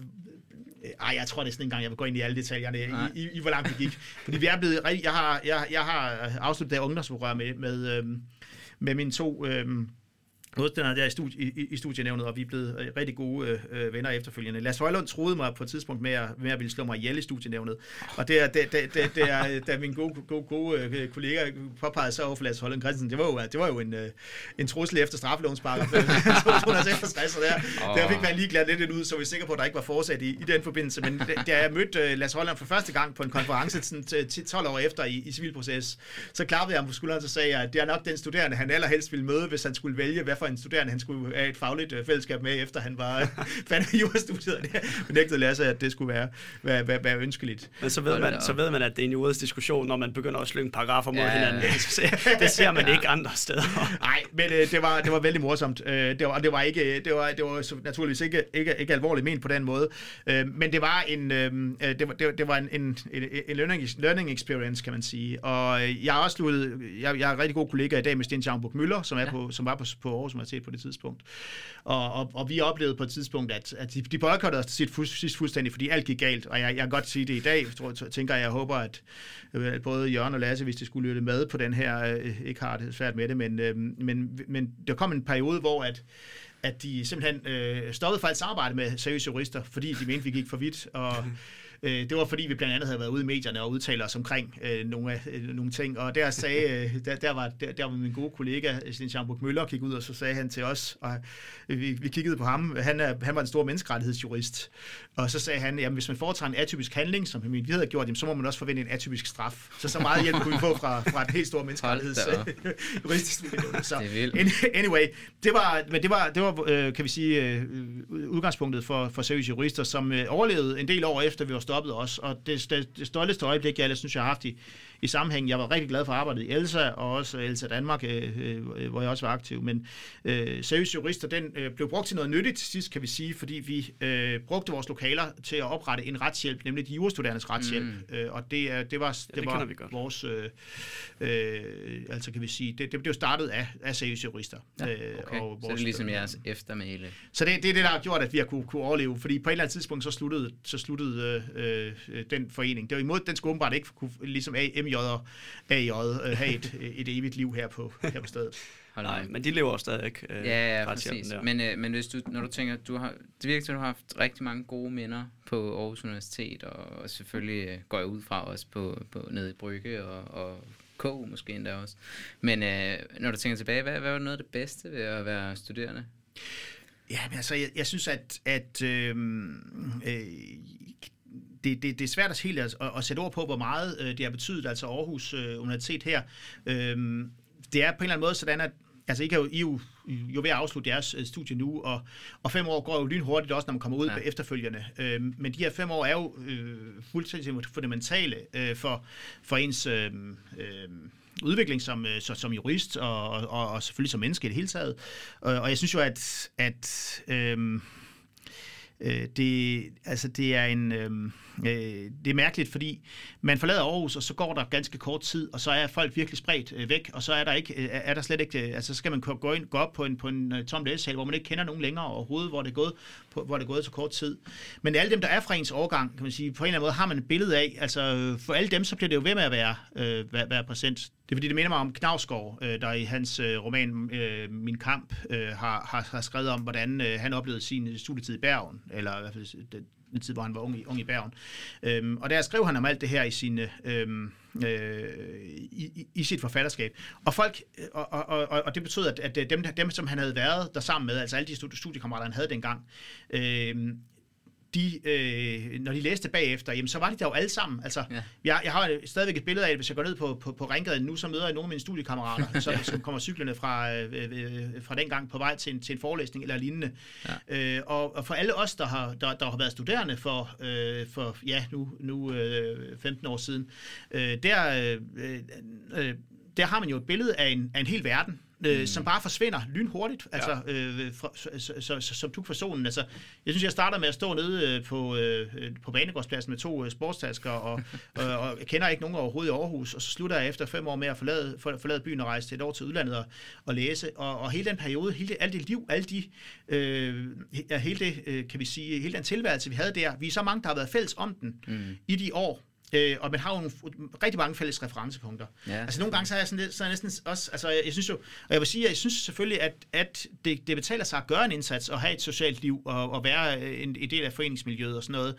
Ej, jeg tror det er sådan en gang, jeg vil gå ind i alle detaljerne i, i, i hvor langt det gik. Fordi vi er blevet rigtig, jeg har, jeg, jeg har afsluttet det ungdomsoprør med, med, øhm, med mine to øhm, modstandere der i, studie, i, i studienævnet, og vi er blevet rigtig gode øh, venner efterfølgende. Lasse Højlund troede mig på et tidspunkt med at, med at ville slå mig ihjel i studienævnet, og det er, det, det, det, det er da min gode, gode, gode kollega påpegede så over for Lasse Højlund Christensen, det var jo, det var jo en, en trussel efter straffelovens paragraf to hundrede og seksogtres, og der, oh. der fik man lige glat lidt ud, så vi er sikre på, at der ikke var forsat i, i den forbindelse, men da jeg mødte Lasse Højlund for første gang på en konference sådan, tolv år efter i, i civilproces, så klappede jeg ham på skulderen, så sagde jeg, at det er nok den studerende, han allerhelst ville møde, hvis han skulle vælge, hvad for en studerende han skulle have et fagligt fællesskab med, efter han var færdig med jurastudiet, og det benægtede Lasse, at det skulle være, være, være, være ønskeligt. Men så ved, man, så ved man, at det er en juridisk diskussion, når man begynder at slynge paragrafer mod ja, hinanden. Det ser man ja. ikke andre steder. Nej, men øh, det, var, det var vældig morsomt. Øh, det, var, det var ikke, det var, det var naturligvis ikke, ikke, ikke alvorligt ment på den måde, øh, men det var en, øh, det var, det, det var en, en, en learning, learning experience, kan man sige. Og jeg har også sluttet, jeg, jeg er en rigtig god kollega i dag med Sten Schaumburg Møller, som, er ja. på, som var på, på Aarhus Universitet på det tidspunkt. Og, og, og vi oplevede på et tidspunkt, at, at de, de boykottede os til sidst fuldstændig, fordi alt gik galt. Og jeg, jeg kan godt sige det i dag. Jeg tænker, jeg håber, at, at både Jørgen og Lasse, hvis de skulle lytte med på den her, ikke har det svært med det, men, men, men der kom en periode, hvor at, at de simpelthen øh, stoppede for alt samarbejde med seriøse jurister, fordi de mente, vi gik for vidt. Og Øh, det var fordi, vi blandt andet havde været ude i medierne og udtalt os omkring øh, nogle, af, øh, nogle ting, og der sagde, øh, der, der, var, der, der var min gode kollega, Sten Schamburg Møller, gik ud, og så sagde han til os, og vi, vi kiggede på ham, han, er, han var en stor menneskerettighedsjurist, og så sagde han, jamen hvis man foretager en atypisk handling, som vi havde gjort, jamen, så må man også forvente en atypisk straf. Så så meget hjælp kunne vi få fra, fra et helt stort menneskerettighedsjurist. Så anyway, det var, men det var, det var øh, kan vi sige, øh, udgangspunktet for, for seriøse jurister, som øh, overlevede en del år efter, vi var stoppet også, og det, det, det stolteste øjeblik, jeg ellers synes, jeg har haft i, i sammenhæng. Jeg var rigtig glad for arbejdet i ELSA, og også ELSA Danmark, øh, øh, hvor jeg også var aktiv, men øh, seriøse jurister, den øh, blev brugt til noget nyttigt til sidst, kan vi sige, fordi vi øh, brugte vores lokaler til at oprette en retshjælp, nemlig de jurastuderendes retshjælp, mm. øh, og det, øh, det var, det ja, det var vi vores, øh, øh, altså kan vi sige, det, det blev startet af, af seriøse jurister. Ja, okay. øh, og vores, så det er ligesom jeres eftermæle. Så det, det er det, der har gjort, at vi har kunne, kunne overleve, fordi på et eller andet tidspunkt, så sluttede, så sluttede øh, øh, den forening. Det var imod, den skulle åbenbart ikke kunne, ligesom M J og A J, øh, have et, et evigt liv her på, her på stedet. Nej, men de lever stadig. Øh, ja, ja, præcis. Men, øh, men hvis du, når du tænker, du har, det virker til, at du har haft rigtig mange gode minder på Aarhus Universitet, og selvfølgelig øh, går jeg ud fra også på, på nede i Brygge og, og K U måske endda også. Men øh, når du tænker tilbage, hvad, hvad var noget af det bedste ved at være studerende? Ja, men altså, jeg, jeg synes, at, at øh, øh, det, det, det er svært at helt at, at sætte ord på, hvor meget øh, det har betydet, altså Aarhus øh, Universitet her. Øh, det er på en eller anden måde sådan, at altså, I, kan jo, I er jo, jo ved at afslutte jeres studie nu, og, og fem år går jo lynhurtigt også, når man kommer ud ja. på efterfølgende. Øh, men de her fem år er jo øh, fuldstændig fundamentale øh, for, for ens øh, øh, udvikling som, så, som jurist, og, og, og selvfølgelig som menneske i det hele taget. Og, og jeg synes jo, at, at øh, Det, altså det er en øh, det er mærkeligt, fordi man forlader Aarhus, og så går der ganske kort tid, og så er folk virkelig spredt øh, væk, og så er der ikke er der slet ikke altså så skal man gå ind gå op på en på en tom læsesal, hvor man ikke kender nogen længere overhovedet, hvor det er gået på, hvor det er gået så kort tid. Men alle dem der er fra ens årgang, kan man sige, på en eller anden måde har man et billede af, altså for alle dem så bliver det jo ved med at være øh, være, være præsent. Det er fordi, det minder mig om Knausgård, øh, der i hans øh, roman øh, Min Kamp øh, har, har, har skrevet om, hvordan øh, han oplevede sin studietid i Bergen, eller i hvert fald den, den tid, hvor han var ung i, ung i Bergen. Øhm, og der skrev han om alt det her i, sine, øhm, øh, i, i sit forfatterskab. Og folk, og, og, og, og det betød, at, at dem, dem, som han havde været der sammen med, altså alle de studiekammerater, han havde dengang, øh, de, øh, når de læste bagefter, jamen, så var de der jo alle sammen. Altså, ja. jeg, jeg har stadigvæk et billede af, hvis jeg går ned på, på, på Ringgaden nu, så møder jeg nogle af mine studiekammerater, som, som kommer cyklerne fra, øh, fra den gang på vej til en, til en forelæsning eller lignende. Ja. Øh, og, og for alle os, der har, der, der har været studerende for, øh, for ja, nu, nu øh, femten år siden, øh, der, øh, øh, der har man jo et billede af en, af en hel verden, Øh, mm. som bare forsvinder lynhurtigt, altså ja. øh, fra, så, så, så, så, som dug for solen. Altså, jeg synes, jeg starter med at stå nede øh, på, øh, på Banegårdspladsen med to øh, sportstasker, og, øh, og jeg kender ikke nogen overhovedet i Aarhus, og så slutter jeg efter fem år med at forlade, for, forlade byen og rejse til et år til udlandet og, og læse, og, og hele den periode, hele det, alt det liv, alle de, øh, hele det, øh, kan vi sige, hele den tilværelse, vi havde der, vi er så mange, der har været fælles om den mm. i de år. Øh, og man har jo nogle, rigtig mange fælles referencepunkter. Ja, altså nogle gange så er jeg sådan lidt, så er jeg næsten også, altså jeg, jeg synes jo, og jeg vil sige, jeg synes selvfølgelig, at, at det, det betaler sig at gøre en indsats og have et socialt liv og, og være en, en del af foreningsmiljøet og sådan noget.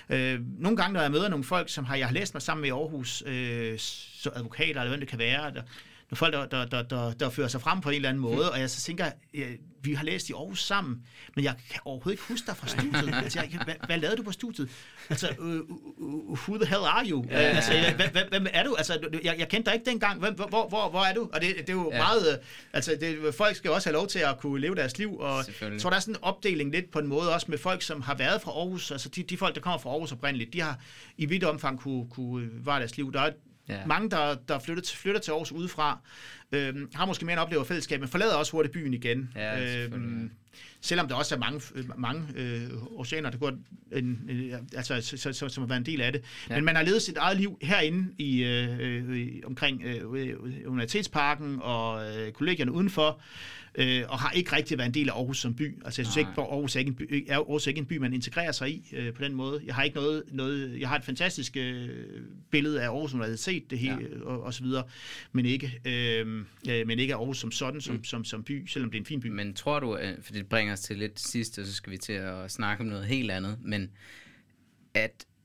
Øh, nogle gange, når jeg møder nogle folk, som har, jeg har læst mig sammen med i Aarhus, øh, så advokater eller hvad det kan være, der, nogle folk, der, der, der, der, der fører sig frem på en eller anden måde, og jeg så tænker, ja, vi har læst i Aarhus sammen, men jeg kan overhovedet ikke huske dig fra studiet. Altså, jeg, hvad, hvad lavede du på studiet? Altså, uh, uh, who the hell are you? Ja, altså, hvem, hvem er du? Altså, jeg, jeg kendte dig ikke dengang. Hvem, hvor, hvor, hvor er du? Og det, det er jo ja. meget... Altså, det, folk skal også have lov til at kunne leve deres liv, og jeg tror, der er sådan en opdeling lidt på en måde, også med folk, som har været fra Aarhus. Altså, de, de folk, der kommer fra Aarhus oprindeligt, de har i vidt omfang kunne, kunne vare deres liv. Der er Ja. mange, der, der flytter, til, flytter til Aarhus udefra, øhm, har måske mere en oplever fællesskab, men forlader også hurtigt byen igen. Ja, øhm, selvom der også er mange, mange øh, oceaner, der går en, øh, altså, så, så, som har været en del af det. Ja. Men man har levet sit eget liv herinde i, øh, omkring øh, Universitetsparken og øh, kollegierne udenfor, øh, og har ikke rigtig været en del af Aarhus som by. Altså jeg synes Nej. ikke, at Aarhus er ikke en by, er Aarhus ikke en by, man integrerer sig i øh, på den måde. Jeg har ikke noget, noget jeg har et fantastisk øh, billede af Aarhus Universitet, det hele, ja. og, og så videre, men ikke, øh, men ikke af Aarhus som sådan, som, mm. som, som by, selvom det er en fin by. Men tror du, for det bringer os til lidt sidst, og så skal vi til at snakke om noget helt andet, men at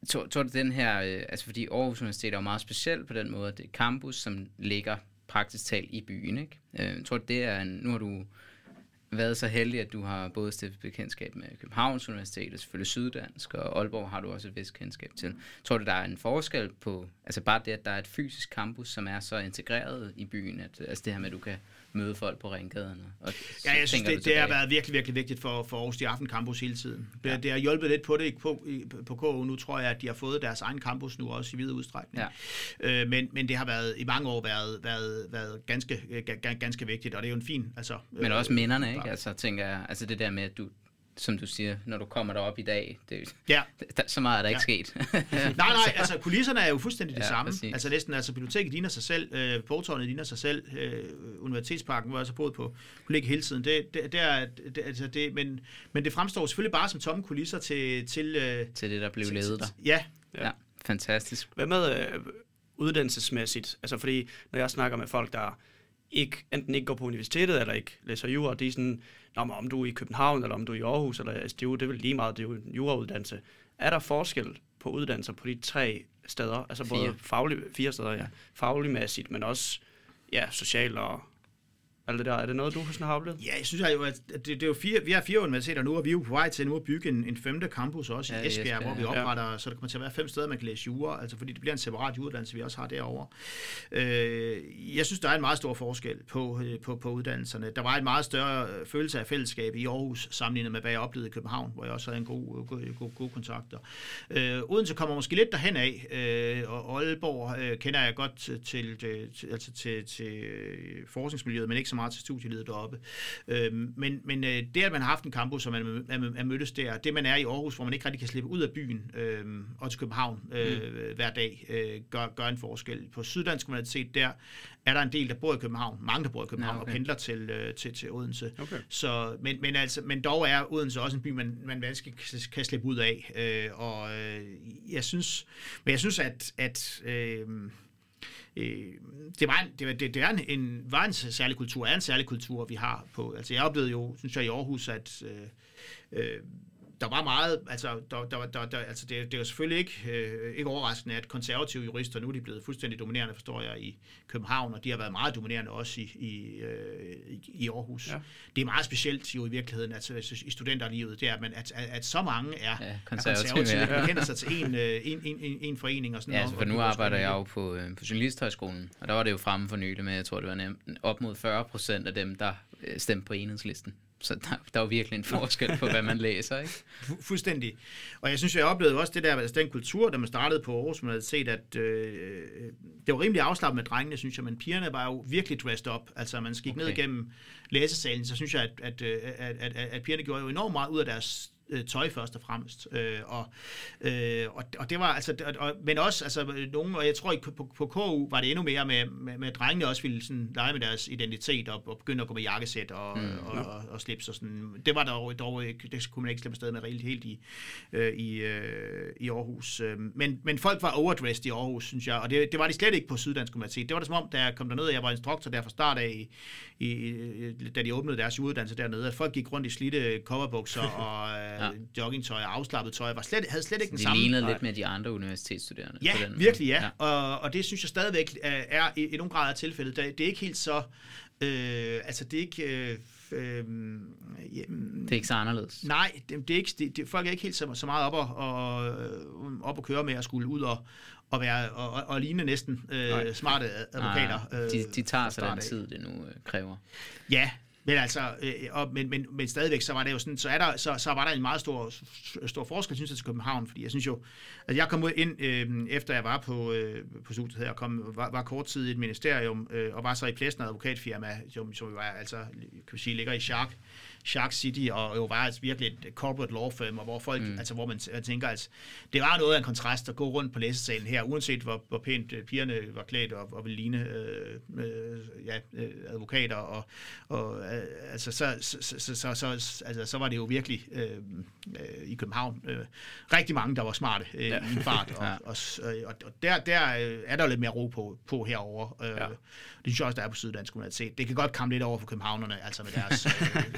tror, tror du den her, øh, altså fordi Aarhus Universitet er jo meget specielt på den måde, at det er campus, som ligger praktisk talt i byen, ikke? Øh, tror du det er, en, nu har du været så heldig, at du har både stiftet bekendtskab med Københavns Universitet, og selvfølgelig Syddansk, og Aalborg har du også et vist kendskab til. Tror du, der er en forskel på, altså bare det, at der er et fysisk campus, som er så integreret i byen, at, altså det her med, at du kan møde folk på ringgaderne? Og ja, jeg synes, det, det har været virkelig, virkelig vigtigt for, for Aarhus de Aften Campus hele tiden. Det, ja. det har hjulpet lidt på det på, på K U. Nu tror jeg, at de har fået deres egen campus nu også i videre udstrækning. Ja. Øh, men, men det har været i mange år været, været, været ganske, ganske vigtigt, og det er jo en fin... Altså, men også minderne, ikke? Altså, tænker jeg, altså det der med, at du, som du siger, når du kommer derop i dag, det, ja. der, så meget er der ikke ja. sket. nej, nej, altså kulisserne er jo fuldstændig det ja, samme. Præcis. Altså næsten, altså biblioteket ligner sig selv, øh, Bogtårnet ligner sig selv, øh, Universitetsparken, hvor jeg så boede på kollega hele tiden. Det, det, det er, det, altså det, men, men det fremstår selvfølgelig bare som tomme kulisser til... Til, øh, til det, der blev ledet der. Ja. ja. Ja, fantastisk. Hvad med øh, uddannelsesmæssigt? Altså fordi, når jeg snakker med folk, der ikke, enten ikke går på universitetet, eller ikke læser jura, de er sådan, om du er i København, eller om du er i Aarhus, eller S D U, det er vel lige meget, det er jo en jurauddannelse. Er der forskel på uddannelser på de tre steder? Altså både faglig, fire steder, ja. Fagligmæssigt, men også ja, socialt og alt det der. Er det noget, du sådan har oplevet? Ja, jeg synes jo, at det, det er jo fire, vi har fire universiteter nu, og vi er jo på vej til nu at bygge en, en femte campus også ja, i Esbjerg, Esbjerg, hvor vi opretter, ja. Så der kommer til at være fem steder, man kan læse jura, altså fordi det bliver en separat jurauddannelse, vi også har derovre. Øh, jeg synes, der er en meget stor forskel på, på, på uddannelserne. Der var en meget større følelse af fællesskab i Aarhus, sammenlignet med, hvad jeg oplevede i København, hvor jeg også havde en god, god, god, god kontakter. Øh, Odense kommer måske lidt derhen af, øh, og Aalborg øh, kender jeg godt til, til, til, altså til, til forskningsmiljøet, men ikke så meget til studielivet deroppe. Øh, men men øh, det, at man har haft en campus, og man er, er mødtes der, det man er i Aarhus, hvor man ikke rigtig kan slippe ud af byen øh, og til København øh, mm. hver dag, øh, gør, gør en forskel. På Syddansk Universitet, der er der en del, der bor i København, mange der bor i København, ja, okay. og pendler til, øh, til, til Odense. Okay. Så, men, men, altså, men dog er Odense også en by, man, man vanskeligt kan, kan slippe ud af. Øh, og øh, jeg synes, men jeg synes, at, at øh, det var en, det, det, det er en, en, var en særlig kultur, er en særlig kultur, vi har på. Altså jeg oplevede jo, synes jeg, i Aarhus, at øh, øh, der var meget, altså, der, der, der, der, altså det, det er jo selvfølgelig ikke, øh, ikke overraskende, at konservative jurister, nu er de blevet fuldstændig dominerende, forstår jeg, i København, og de har været meget dominerende også i, i, øh, i Aarhus. Ja. Det er meget specielt jo i virkeligheden, altså i studenterlivet, det er, at, at, at, at så mange er, ja, konservative, er konservative ja. kender sig til en, en, en, en, en forening og sådan ja, noget. Ja, for nu arbejder jeg jo på, øh, på Journalisthøjskolen, og der var det jo fremme for nylig med, jeg tror det var nemt, op mod fyrre procent af dem, der øh, stemte på Enhedslisten. Så der, der er jo virkelig en forskel på, hvad man læser, ikke? Fu- fuldstændig. Og jeg synes, jeg oplevede også det der, altså den kultur, der man startede på Aarhus, man havde set, at øh, det var rimelig afslappet med drengene, synes jeg, men pigerne var jo virkelig dressed up. Altså, man gik okay. ned igennem læsesalen, så synes jeg, at, at, at, at, at pigerne gjorde jo enormt meget ud af deres tøj først og fremmest. Øh, og, øh, og, og det var altså, og, men også, altså, nogen, og jeg tror, på, på, på K U var det endnu mere med, med, med drengene også ville sådan lege med deres identitet og, og begynde at gå med jakkesæt og, mm, og, og, og slips og sådan. Det var dog, dog ikke, det kunne man ikke slippe afsted med helt, helt i, øh, i, øh, i Aarhus. Men, men folk var overdressed i Aarhus, synes jeg, og det, det var de slet ikke på Syddansk Universitet. Det var det som om, da jeg kom derned, jeg var instruktor der fra start af, i, i, da de åbnede deres uddannelse dernede, at folk gik rundt i slidte coverbukser og ja. joggingtøj og afslappet tøj, var slet, havde slet ikke den de samme. De lignede lidt med de andre universitetsstuderende. Ja, på den virkelig ja. ja. Og, og det synes jeg stadigvæk er, er i, i nogle grader tilfældet. Det er ikke helt så, øh, altså det er ikke... Øh, Øh, ja, det er ikke så anderledes. Nej, det, det er ikke, det, det, folk er ikke helt så, så meget op og, og, op og køre med at skulle ud og, og, være, og, og, og ligne næsten øh, smarte advokater. Nej, de, de tager sig den tid, det nu øh, kræver. Ja, men altså, øh, og, men, men, men stadigvæk, så var det jo sådan, så, er der, så, så var der en meget stor, stor forskel, synes jeg, til København, fordi jeg synes jo, at jeg kom ud ind, øh, efter jeg var på, øh, på studiet her, kom, var, var kort tid i et ministerium, øh, og var så i Plesner advokatfirma, som, som jo var, altså, kan vi sige, ligger i Shark, Shark City, og jo var altså virkelig et corporate law firm, og hvor folk, mm. altså hvor man tænker, altså, det var noget af en kontrast at gå rundt på læsesalen her, uanset hvor, hvor pænt pigerne var klædt og, og ville ligne øh, øh, ja, advokater, og, og øh, altså, så, så, så, så, så, altså, så var det jo virkelig øh, øh, i København øh, rigtig mange, der var smarte øh, ja. i en fart, og, ja. og, og, og der, der er der lidt mere ro på, på herovre. Øh, ja. Det synes jeg også, der er på Syddansk Universitet. Det kan godt komme lidt over for københavnerne, altså med deres... Øh,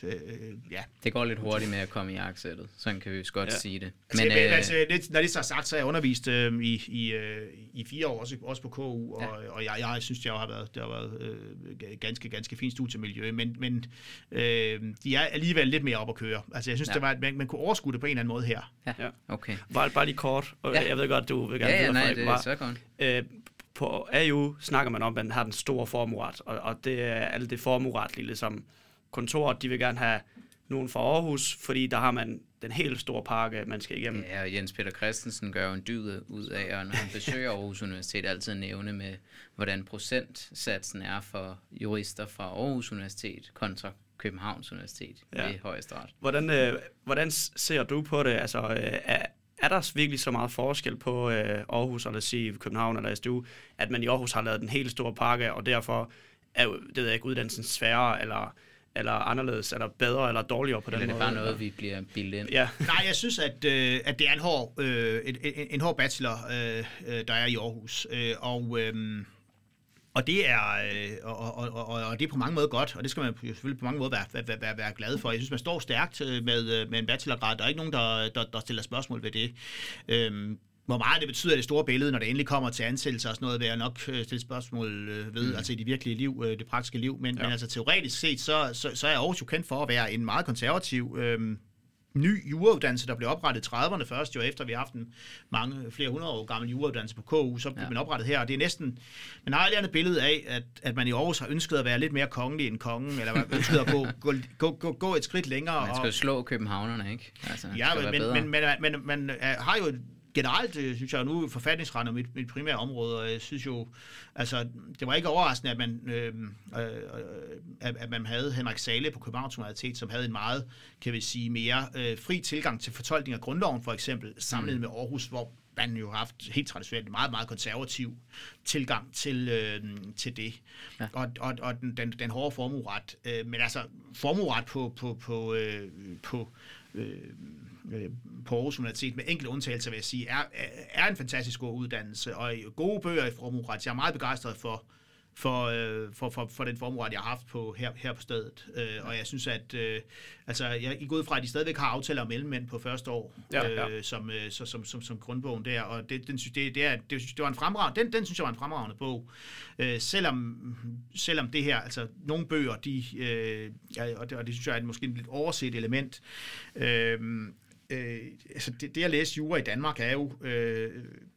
øh, ja. Det går lidt hurtigt med at komme i jakkesættet, sådan kan vi jo godt ja. sige det. Men, altså, øh, altså, det, når det så er sagt, så har jeg undervist øh, i, i, øh, i fire år, også, også på K U, og, ja. og jeg, jeg synes, det har været, det har været øh, ganske, ganske fint studiemiljø, men, men øh, de er alligevel lidt mere op at køre. Altså, jeg synes, ja. det var, at man, man kunne overskue det på en eller anden måde her. Ja, okay. Bare, bare lige kort, og ja. jeg ved godt, du vil gerne ja, ja, nej, Frederik, det er var, så godt. Øh, på A U snakker man om, at man har den store formueret, og, og det er alt det formueretlige, ligesom kontoret, de vil gerne have nogen fra Aarhus, fordi der har man den helt store pakke, man skal igennem. Ja, og Jens Peter Christensen gør jo en dyd ud af, og når han besøger Aarhus Universitet, altid nævne med, hvordan procentsatsen er for jurister fra Aarhus Universitet kontra Københavns Universitet ja. i Højesteret. Hvordan, øh, hvordan ser du på det? Altså, øh, er, er der virkelig så meget forskel på øh, Aarhus, eller sige København eller S D U, at man i Aarhus har lavet den helt store pakke, og derfor er det ved jeg ikke, uddannelsen sværere, eller eller anderledes, eller bedre, eller dårligere på eller den måde? Eller det er bare noget, vi bliver bildet ind? Ja. Nej, jeg synes, at, øh, at det er en hård, øh, en, en hård bachelor, øh, der er i Aarhus. Øh, og, øh, og, det er, øh, og, og, og, og det er på mange måder godt, og det skal man selvfølgelig på mange måder være, være, være, være glad for. Jeg synes, man står stærkt med, med en bachelorgrad. Der er ikke nogen, der, der, der stiller spørgsmål ved det. Øh, Hvor meget det betyder det store billede, når det endelig kommer til ansættelse og sådan noget, vil jeg nok stille spørgsmål ved, mm. altså i det virkelige liv, det praktiske liv. Men, ja. men altså teoretisk set, så, så, så er Aarhus jo kendt for at være en meget konservativ øhm, ny jurauddannelse, der blev oprettet i trediverne først, jo efter vi har haft en mange, flere hundrede år gammel jurauddannelse på K U, så blev ja. man oprettet her, og det er næsten, man har et andet billede af, at, at man i Aarhus har ønsket at være lidt mere kongelig end kongen, eller ønsket at gå, gå, gå, gå, gå et skridt længere. Man skal jo slå københavnerne, ikke? Altså, ja, men, men, men, men, men man har jo generelt, synes jeg nu, forfatningsret er mit, mit primære område, og jeg synes jo, altså, det var ikke overraskende, at man, øh, øh, at, at man havde Henrik Zahle på Københavns Universitet, som havde en meget, kan vi sige, mere øh, fri tilgang til fortolkning af grundloven, for eksempel, sammenlignet med Aarhus, hvor man jo har haft helt traditionelt en meget, meget konservativ tilgang til, øh, til det. Ja. Og, og, og den, den, den hårde formueret. Øh, men altså, formueret på, på, på, øh, på øh, på Aarhus Universitet, med enkelte undtagelser vil jeg sige, er, er en fantastisk god uddannelse, og gode bøger i formueret. Jeg er meget begejstret for, for, øh, for, for, for den formueret, jeg har haft på, her, her på stedet. Øh, og jeg synes, at øh, altså, jeg gik ud fra, at de stadigvæk har aftaler om mellemmænd på første år, ja, ja. Øh, som, øh, så, som, som, som grundbogen der, og det, den, det, det, er, det, det var en fremragende, den, den synes jeg var en fremragende bog. Øh, selvom, selvom det her, altså nogle bøger, de, øh, ja, og, det, og det synes jeg er måske et lidt overset element, øh, øh, altså det, det at læse jura i Danmark er jo øh,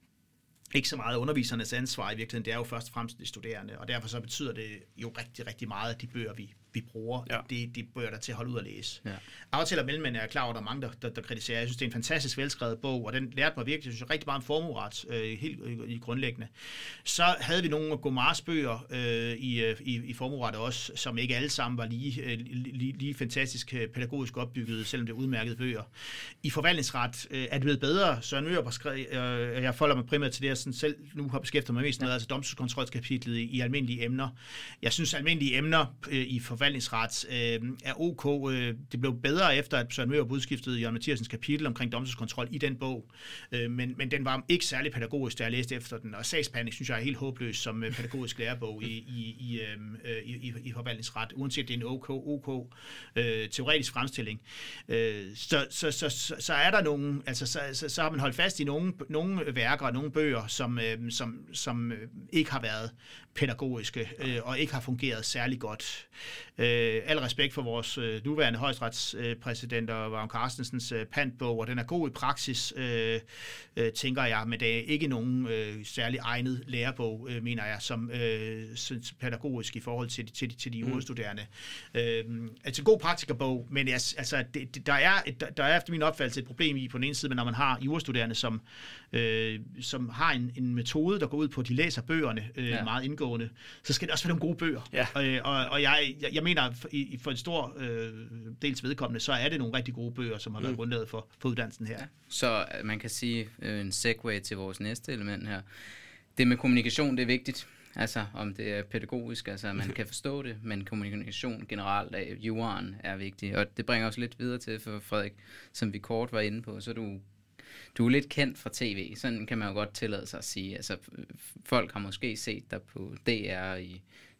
ikke så meget undervisernes ansvar i virkeligheden, det er jo først og fremmest de studerende, og derfor så betyder det jo rigtig, rigtig meget, at de bøger, vi, vi bruger, ja. det, de bøger, der til at holde ud at læse. Ja. Aftaler mellem mænd er klar over, at der er mange, der, der, der kritiserer. Jeg synes, det er en fantastisk velskrevet bog, og den lærte mig virkelig, synes jeg, rigtig meget om formueret, øh, helt øh, i grundlæggende. Så havde vi nogle Gomars bøger øh, i, i, i formueret også, som ikke alle sammen var lige, øh, lige, lige fantastisk pædagogisk opbygget, selvom det er udmærkede bøger. I forvaltningsret øh, er det blevet bedre. Søren Mørup har skrevet, øh, jeg folder mig primært til det, jeg sådan selv nu har beskæftiget mig mest med, ja. altså domstolskontrolskapitlet i, i almindelige emner. Jeg synes, almindelige emner øh, i forvaltningsret øh, er ok. Øh, det blev bedre efter, at Søren Mørup udskiftede Jørgen Mathiasens kapitel omkring domstolskontrol i den bog. Øh, men, men den var ikke særlig pædagogisk, da jeg læste efter den. Og sagsbehandling synes jeg er helt håbløs som øh, pædagogisk lærebog i, i, i, øh, i, i, i forvaltningsret, uanset det er en OK, OK øh, teoretisk fremstilling. Øh, så, så, så, så, så er der nogle, altså så, så, så har man holdt fast i nogle, nogle værker og nogle bøger, som, øh, som, som øh, ikke har været pædagogiske øh, og ikke har fungeret særlig godt. Øh, al respekt for vores øh, nuværende højesteretspræsident og Vagn Carstensens øh, pantbog, og den er god i praksis, øh, øh, tænker jeg, men det er ikke nogen øh, særlig egnet lærebog, øh, mener jeg, som øh, pædagogisk i forhold til, til, til de jurastuderende. Mm. Øh, altså en god praktikerbog, men altså, det, det, der, er, der, der er efter min opfattelse et problem i på den ene side, men når man har jurastuderende, som, øh, som har en, en metode, der går ud på, at de læser bøgerne øh, ja. meget indgående, så skal det også være nogle gode bøger. Ja. Øh, og, og jeg, jeg, jeg mener, for, i, for en stor øh, dels vedkommende, så er det nogle rigtig gode bøger, som har været mm. grundlaget for, for uddannelsen her. Ja. Så man kan sige øh, en segue til vores næste element her. Det med kommunikation, det er vigtigt. Altså, om det er pædagogisk, altså man kan forstå det, men kommunikation generelt af juraen er vigtig. Og det bringer os lidt videre til, for Frederik, som vi kort var inde på, så du Du er lidt kendt fra tv, sådan kan man jo godt tillade sig at sige. Altså, folk har måske set dig på D R i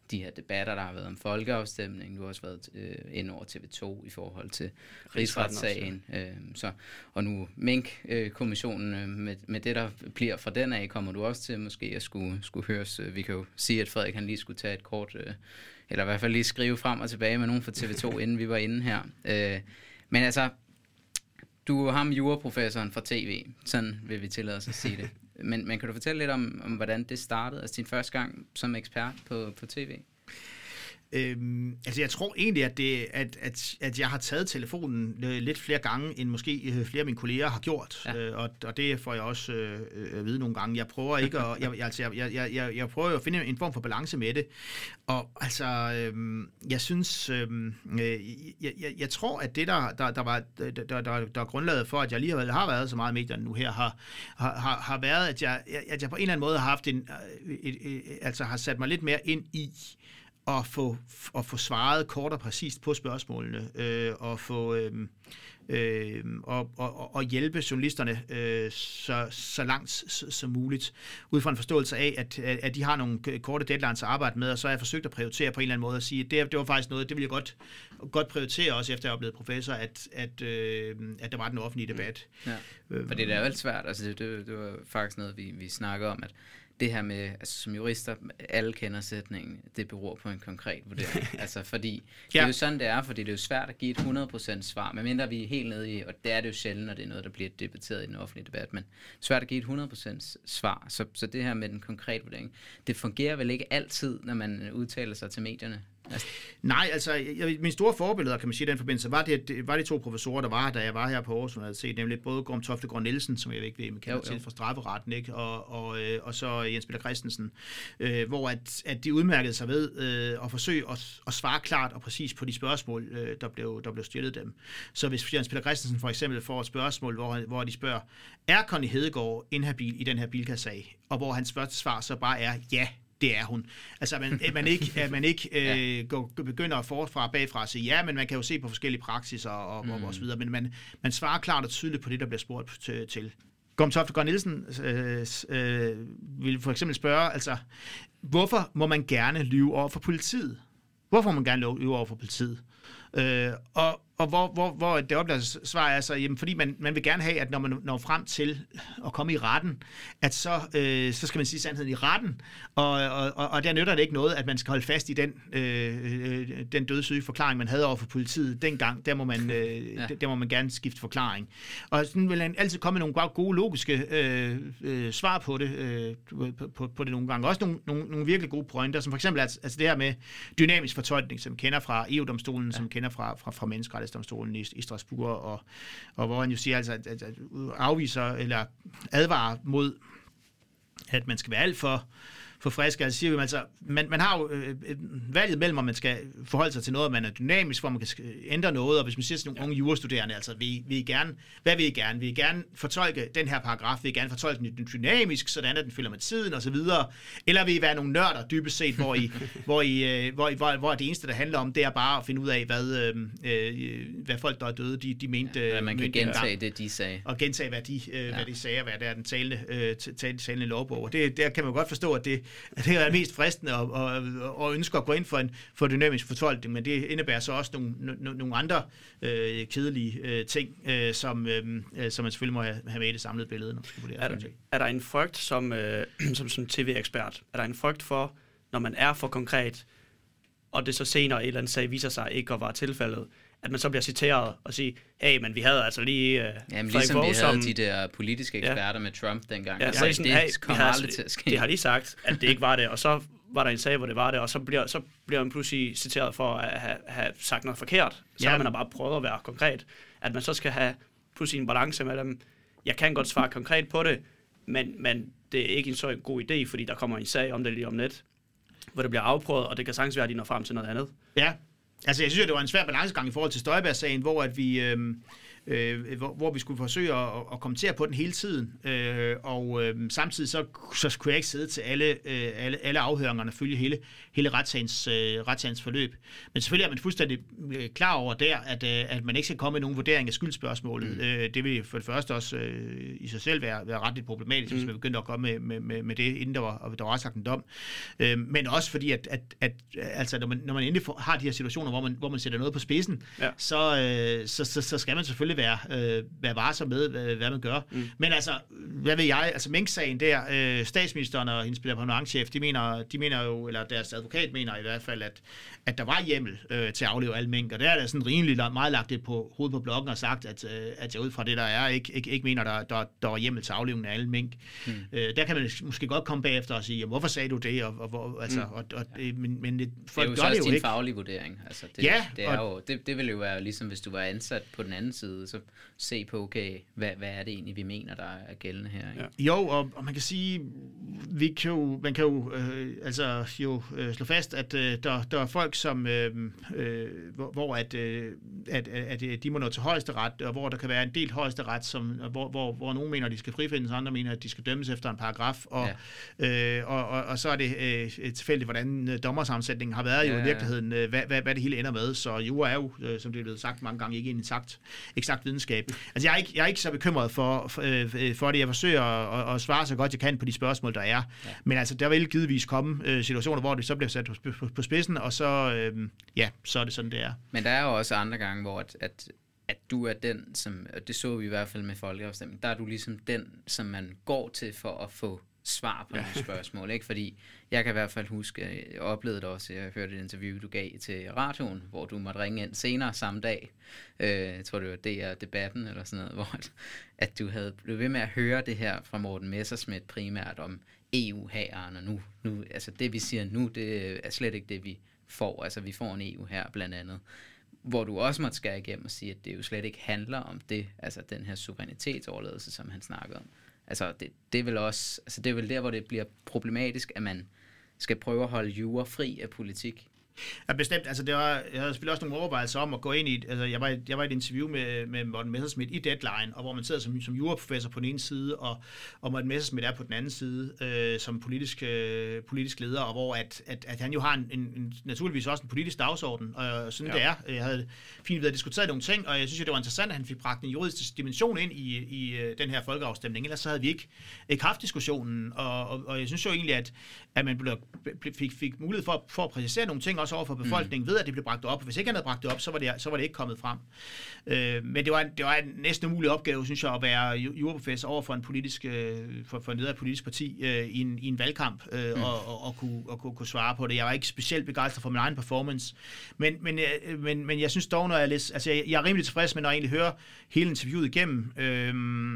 de her debatter, der har været om folkeafstemning. Du har også været øh, ind over T V to i forhold til rigsretssagen. Øh, så, og nu Mink-kommissionen, øh, med, med det, der bliver fra den af, kommer du også til måske at skulle, skulle høres. Vi kan jo sige, at Frederik han lige skulle tage et kort, øh, eller i hvert fald lige skrive frem og tilbage med nogen fra T V to, inden vi var inde her. Øh, men altså, du er ham juraprofessoren fra T V, sådan vil vi tillade os at sige det. Men, men kan du fortælle lidt om, om hvordan det startede, altså din første gang som ekspert på, på T V? Øhm, altså jeg tror egentlig, at, det, at, at, at jeg har taget telefonen øh, lidt flere gange, end måske øh, flere af mine kolleger har gjort. Ja. Øh, og, og det får jeg også øh, at vide nogle gange. Jeg prøver ikke at, jeg, altså, jeg, jeg, jeg, jeg prøver at finde en form for balance med det. Og altså, øh, jeg synes, øh, jeg, jeg, jeg tror, at det, der, der, der var der, der, der, der er grundlaget for, at jeg lige har, har været så meget i medierne nu her, har, har, har været, at jeg, at jeg på en eller anden måde har haft en, et, et, altså har sat mig lidt mere ind i og få, at få svaret kort og præcist på spørgsmålene, øh, og få øh, øh, og, og, og hjælpe journalisterne øh, så, så langt som så muligt, ud fra en forståelse af, at, at de har nogle korte deadlines at arbejde med, og så har jeg forsøgt at prioritere på en eller anden måde, at sige, at det, det var faktisk noget, det ville jeg godt, godt prioritere, også efter jeg var blevet professor, at, at, øh, at der var den offentlige debat. Ja. For det er jo alt svært, altså det, det, det var faktisk noget, vi, vi snakker om, at det her med, altså som jurister, alle kender sætningen, det beror på en konkret vurdering. Altså fordi, det er jo sådan, det er, fordi det er jo svært at give et hundrede procent svar, medmindre vi er helt nede i, og det er det jo sjældent, når det er noget, der bliver debatteret i den offentlige debat, men svært at give et hundrede procent svar. Så, så det her med den konkrete vurdering, det fungerer vel ikke altid, når man udtaler sig til medierne? Altså. Nej, altså, jeg, min store forbilleder, kan man sige i den forbindelse, var, det, det, var de to professorer, der var, da jeg var her på Aarhus Universitet, nemlig både Gorm Toftegård Nielsen, som jeg ikke ved, man kender jo, jo. til fra strafferetten, ikke? Og, og, øh, og så Jens Peter Christensen, øh, hvor at, at de udmærkede sig ved øh, at forsøge at, at svare klart og præcis på de spørgsmål, øh, der, blev, der blev stillet dem. Så hvis Jens Peter Christensen for eksempel får et spørgsmål, hvor, hvor de spørger, er Connie Hedegaard inhabil i den her Bilka-sag? Og hvor hans første svar så bare er, ja, det er hun. Altså, at man, at man ikke, at man ikke øh, ja. går, begynder at forfra bagfra og sige, ja, men man kan jo se på forskellige praksiser og, mm. og, og så videre, men man, man svarer klart og tydeligt på det, der bliver spurgt til. til. Gorm Toftegård Nielsen øh, øh, vil for eksempel spørge, altså, hvorfor må man gerne lyve over for politiet? Hvorfor må man gerne lyve over for politiet? Øh, og og hvor, hvor, hvor det oplagte svar er så, jamen, fordi man, man vil gerne have, at når man når frem til at komme i retten, at så, øh, så skal man sige sandheden i retten, og, og, og der nytter det ikke noget, at man skal holde fast i den, øh, den dødssyge forklaring, man havde over for politiet dengang. Der må man, øh, ja. der, der må man gerne skifte forklaring. Og sådan vil han altid komme med nogle gode, logiske øh, øh, svar på det, øh, på, på, på det nogle gange. Også nogle, nogle, nogle virkelig gode pointer, som for eksempel altså, altså det her med dynamisk fortolkning, som kender fra E U-domstolen, ja. som kender fra, fra, fra menneskerettighedsdomstolen i, i Strasbourg, og, og hvor han jo siger, altså, at, at, at afviser eller advarer mod, at man skal være alt for for frisk. Altså, siger vi, altså, man, man har jo øh, valget mellem, om man skal forholde sig til noget, man er dynamisk, hvor man kan ændre noget, og hvis man siger til nogle unge jurastuderende, altså, vi, vi gerne, hvad vil I gerne? Vi vil gerne fortolke den her paragraf, vi vil gerne fortolke den dynamisk, sådan at den følger med tiden, og så videre, eller vil I være nogle nørder, dybest set, hvor, I, hvor, I, hvor, I, hvor, hvor det eneste, der handler om, det er bare at finde ud af, hvad, øh, hvad folk, der er døde, de, de mente. Ja, man kan gentage gang, det, de sagde. Og gentage, hvad de, øh, ja. hvad de sagde, og hvad det er den talende, øh, talende lovbog. Og det, der kan man godt forstå, at det det er mest fristende og, og, og ønsker at gå ind for en for dynamisk fortolkning, men det indebærer så også nogle, no, nogle andre øh, kedelige øh, ting, øh, som, øh, som man selvfølgelig må have, have med i det samlede billede. Når man skal vurdere. Er, der, er der en frygt som, øh, som, som T V-ekspert? Er der en frygt for, når man er for konkret, og det så senere et eller andet sag viser sig ikke at være tilfældet, at man så bliver citeret og siger, hey, men vi havde altså lige... Øh, Jamen ligesom vi havde som, de der politiske eksperter ja. med Trump dengang. Ja, så sådan, det hey, kommer aldrig til at ske. De har lige sagt, at det ikke var det, og så var der en sag, hvor det var det, og så bliver, så bliver man pludselig citeret for at have, have sagt noget forkert. Så ja. har man bare prøvet at være konkret. At man så skal have pludselig en balance med dem. Jeg kan godt svare konkret på det, men, men det er ikke en så god idé, fordi der kommer en sag om det lige om lidt, hvor det bliver afprøvet, og det kan sagtens være, at de når frem til noget andet. Ja. Altså, jeg synes, det var en svær balancegang i forhold til Støjberg-sagen, hvor at vi, øh, øh, hvor, hvor vi skulle forsøge at, at kommentere på den hele tiden, øh, og øh, samtidig så, så kunne jeg ikke sidde til alle, øh, alle, alle afhøringerne og følge hele, hele retssagens, øh, retssagens forløb. Men selvfølgelig er man fuldstændig klar over der, at, øh, at man ikke skal komme med nogen vurdering af skyldspørgsmålet. Mm. Øh, det vil for det første også øh, i sig selv være, være ret lidt problematisk, mm. hvis man begyndte at komme med, med, med, med det, inden der var, der var sagt en dom. Øh, men også fordi, at, at, at altså, når man, når man endelig har de her situationer, hvor man, hvor man sætter noget på spidsen, ja. så, øh, så, så, så skal man selvfølgelig være, øh, være varsom med, hvad, hvad man gør. Mm. Men altså, hvad ved jeg, altså Mink-sagen der, øh, statsministeren og hendes departementschef, de mener, de mener jo, eller deres advokat mener i hvert fald, at, at der var hjemmel øh, til at aflive alle mink, og der er der sådan rimelig meget lagt det på hovedet på bloggen og sagt, at, øh, at jeg ud fra det, der er, ikke, ikke, ikke mener, der, der, der var hjemmel til aflivning af alle mink. Mm. Øh, der kan man måske godt komme bagefter og sige, jamen, hvorfor sagde du det? Og, og, og, altså, mm. og, og, ja. men, men det, folk det er jo gør så det jo din ikke. faglige vurdering. Altså, det, ja, det, er og, jo, det, det ville jo være ligesom, hvis du var ansat på den anden side, så se på, okay, hvad, hvad er det egentlig, vi mener, der er gældende her? Ikke? Ja. Jo, og, og man kan sige, vi kan jo, man kan jo, øh, altså, jo øh, slå fast, at øh, der, der er folk, som, øh, øh, hvor, hvor at, øh, at, at, at de må nå til højesteret, og hvor der kan være en del højesteret, som, hvor, hvor, hvor nogen mener, at de skal frifindes, og andre mener, at de skal dømmes efter en paragraf, og, ja. øh, og, og, og så er det øh, tilfældigt, hvordan dommersammensætningen har været ja. jo i virkeligheden, øh, hvad, hvad, hvad det hele ender med. Så jo er jo, øh, som det er blevet sagt mange gange, ikke en eksakt, eksakt videnskab. Altså jeg er, ikke, jeg er ikke så bekymret for, for, øh, for det. Jeg forsøger at, at svare så godt jeg kan på de spørgsmål, der er. Ja. Men altså, der vil givetvis komme øh, situationer, hvor det så bliver sat på, på, på spidsen, og så, øh, ja, så er det sådan, det er. Men der er jo også andre gange, hvor at, at, at du er den, som, og det så vi i hvert fald med folkeafstemning, der er du ligesom den, som man går til for at få svar på ja. nogle spørgsmål, ikke? Fordi jeg kan i hvert fald huske, jeg oplevede det også, jeg hørte et interview, du gav til radioen, hvor du måtte ringe ind senere samme dag, øh, jeg tror det var D R-debatten eller sådan noget, hvor at, at du havde blevet ved med at høre det her fra Morten Messerschmidt primært om E U-hæren, og nu, nu, altså det vi siger nu, det er slet ikke det vi får, altså vi får en E U-hær blandt andet, hvor du også måtte skære igennem og sige, at det jo slet ikke handler om det, altså den her suverænitetsoverladelse, som han snakkede om. Altså, det, det er vel også, altså det er vel der, hvor det bliver problematisk, at man skal prøve at holde jura fri af politik. Ja, bestemt. Altså, det var, jeg havde selvfølgelig også nogle overvejelser om at gå ind i, altså, jeg var, jeg var i et interview med, med Morten Messerschmidt i Deadline, og hvor man sidder som, som juraprofessor på den ene side, og, og Morten Messerschmidt er på den anden side, øh, som politisk, øh, politisk leder, og hvor at, at, at han jo har en, en, en, naturligvis også en politisk dagsorden, og sådan ja. det er. Jeg havde fint ved at diskutere nogle ting, og jeg synes jo, det var interessant, at han fik bragt en juridisk dimension ind i, i den her folkeafstemning, ellers så havde vi ikke, ikke haft diskussionen, og, og, og jeg synes jo egentlig, at, at man blev, fik, fik mulighed for, for at præcisere nogle ting, også over for befolkningen, mm. ved at det blev bragt op. Hvis ikke han havde bragt det op, så var det, så var det ikke kommet frem. Øh, men det var, en, det var en næsten umulig opgave, synes jeg, at være juraprofessor over for en politisk, øh, for, for en leder af et politisk parti øh, i, en, i en valgkamp, øh, mm. og, og, og, kunne, og kunne, kunne svare på det. Jeg var ikke specielt begejstret for min egen performance, men, men, øh, men, men jeg synes dog, når jeg læser, altså jeg, jeg er rimelig tilfreds med, når jeg egentlig hører hele interviewet igennem, øh,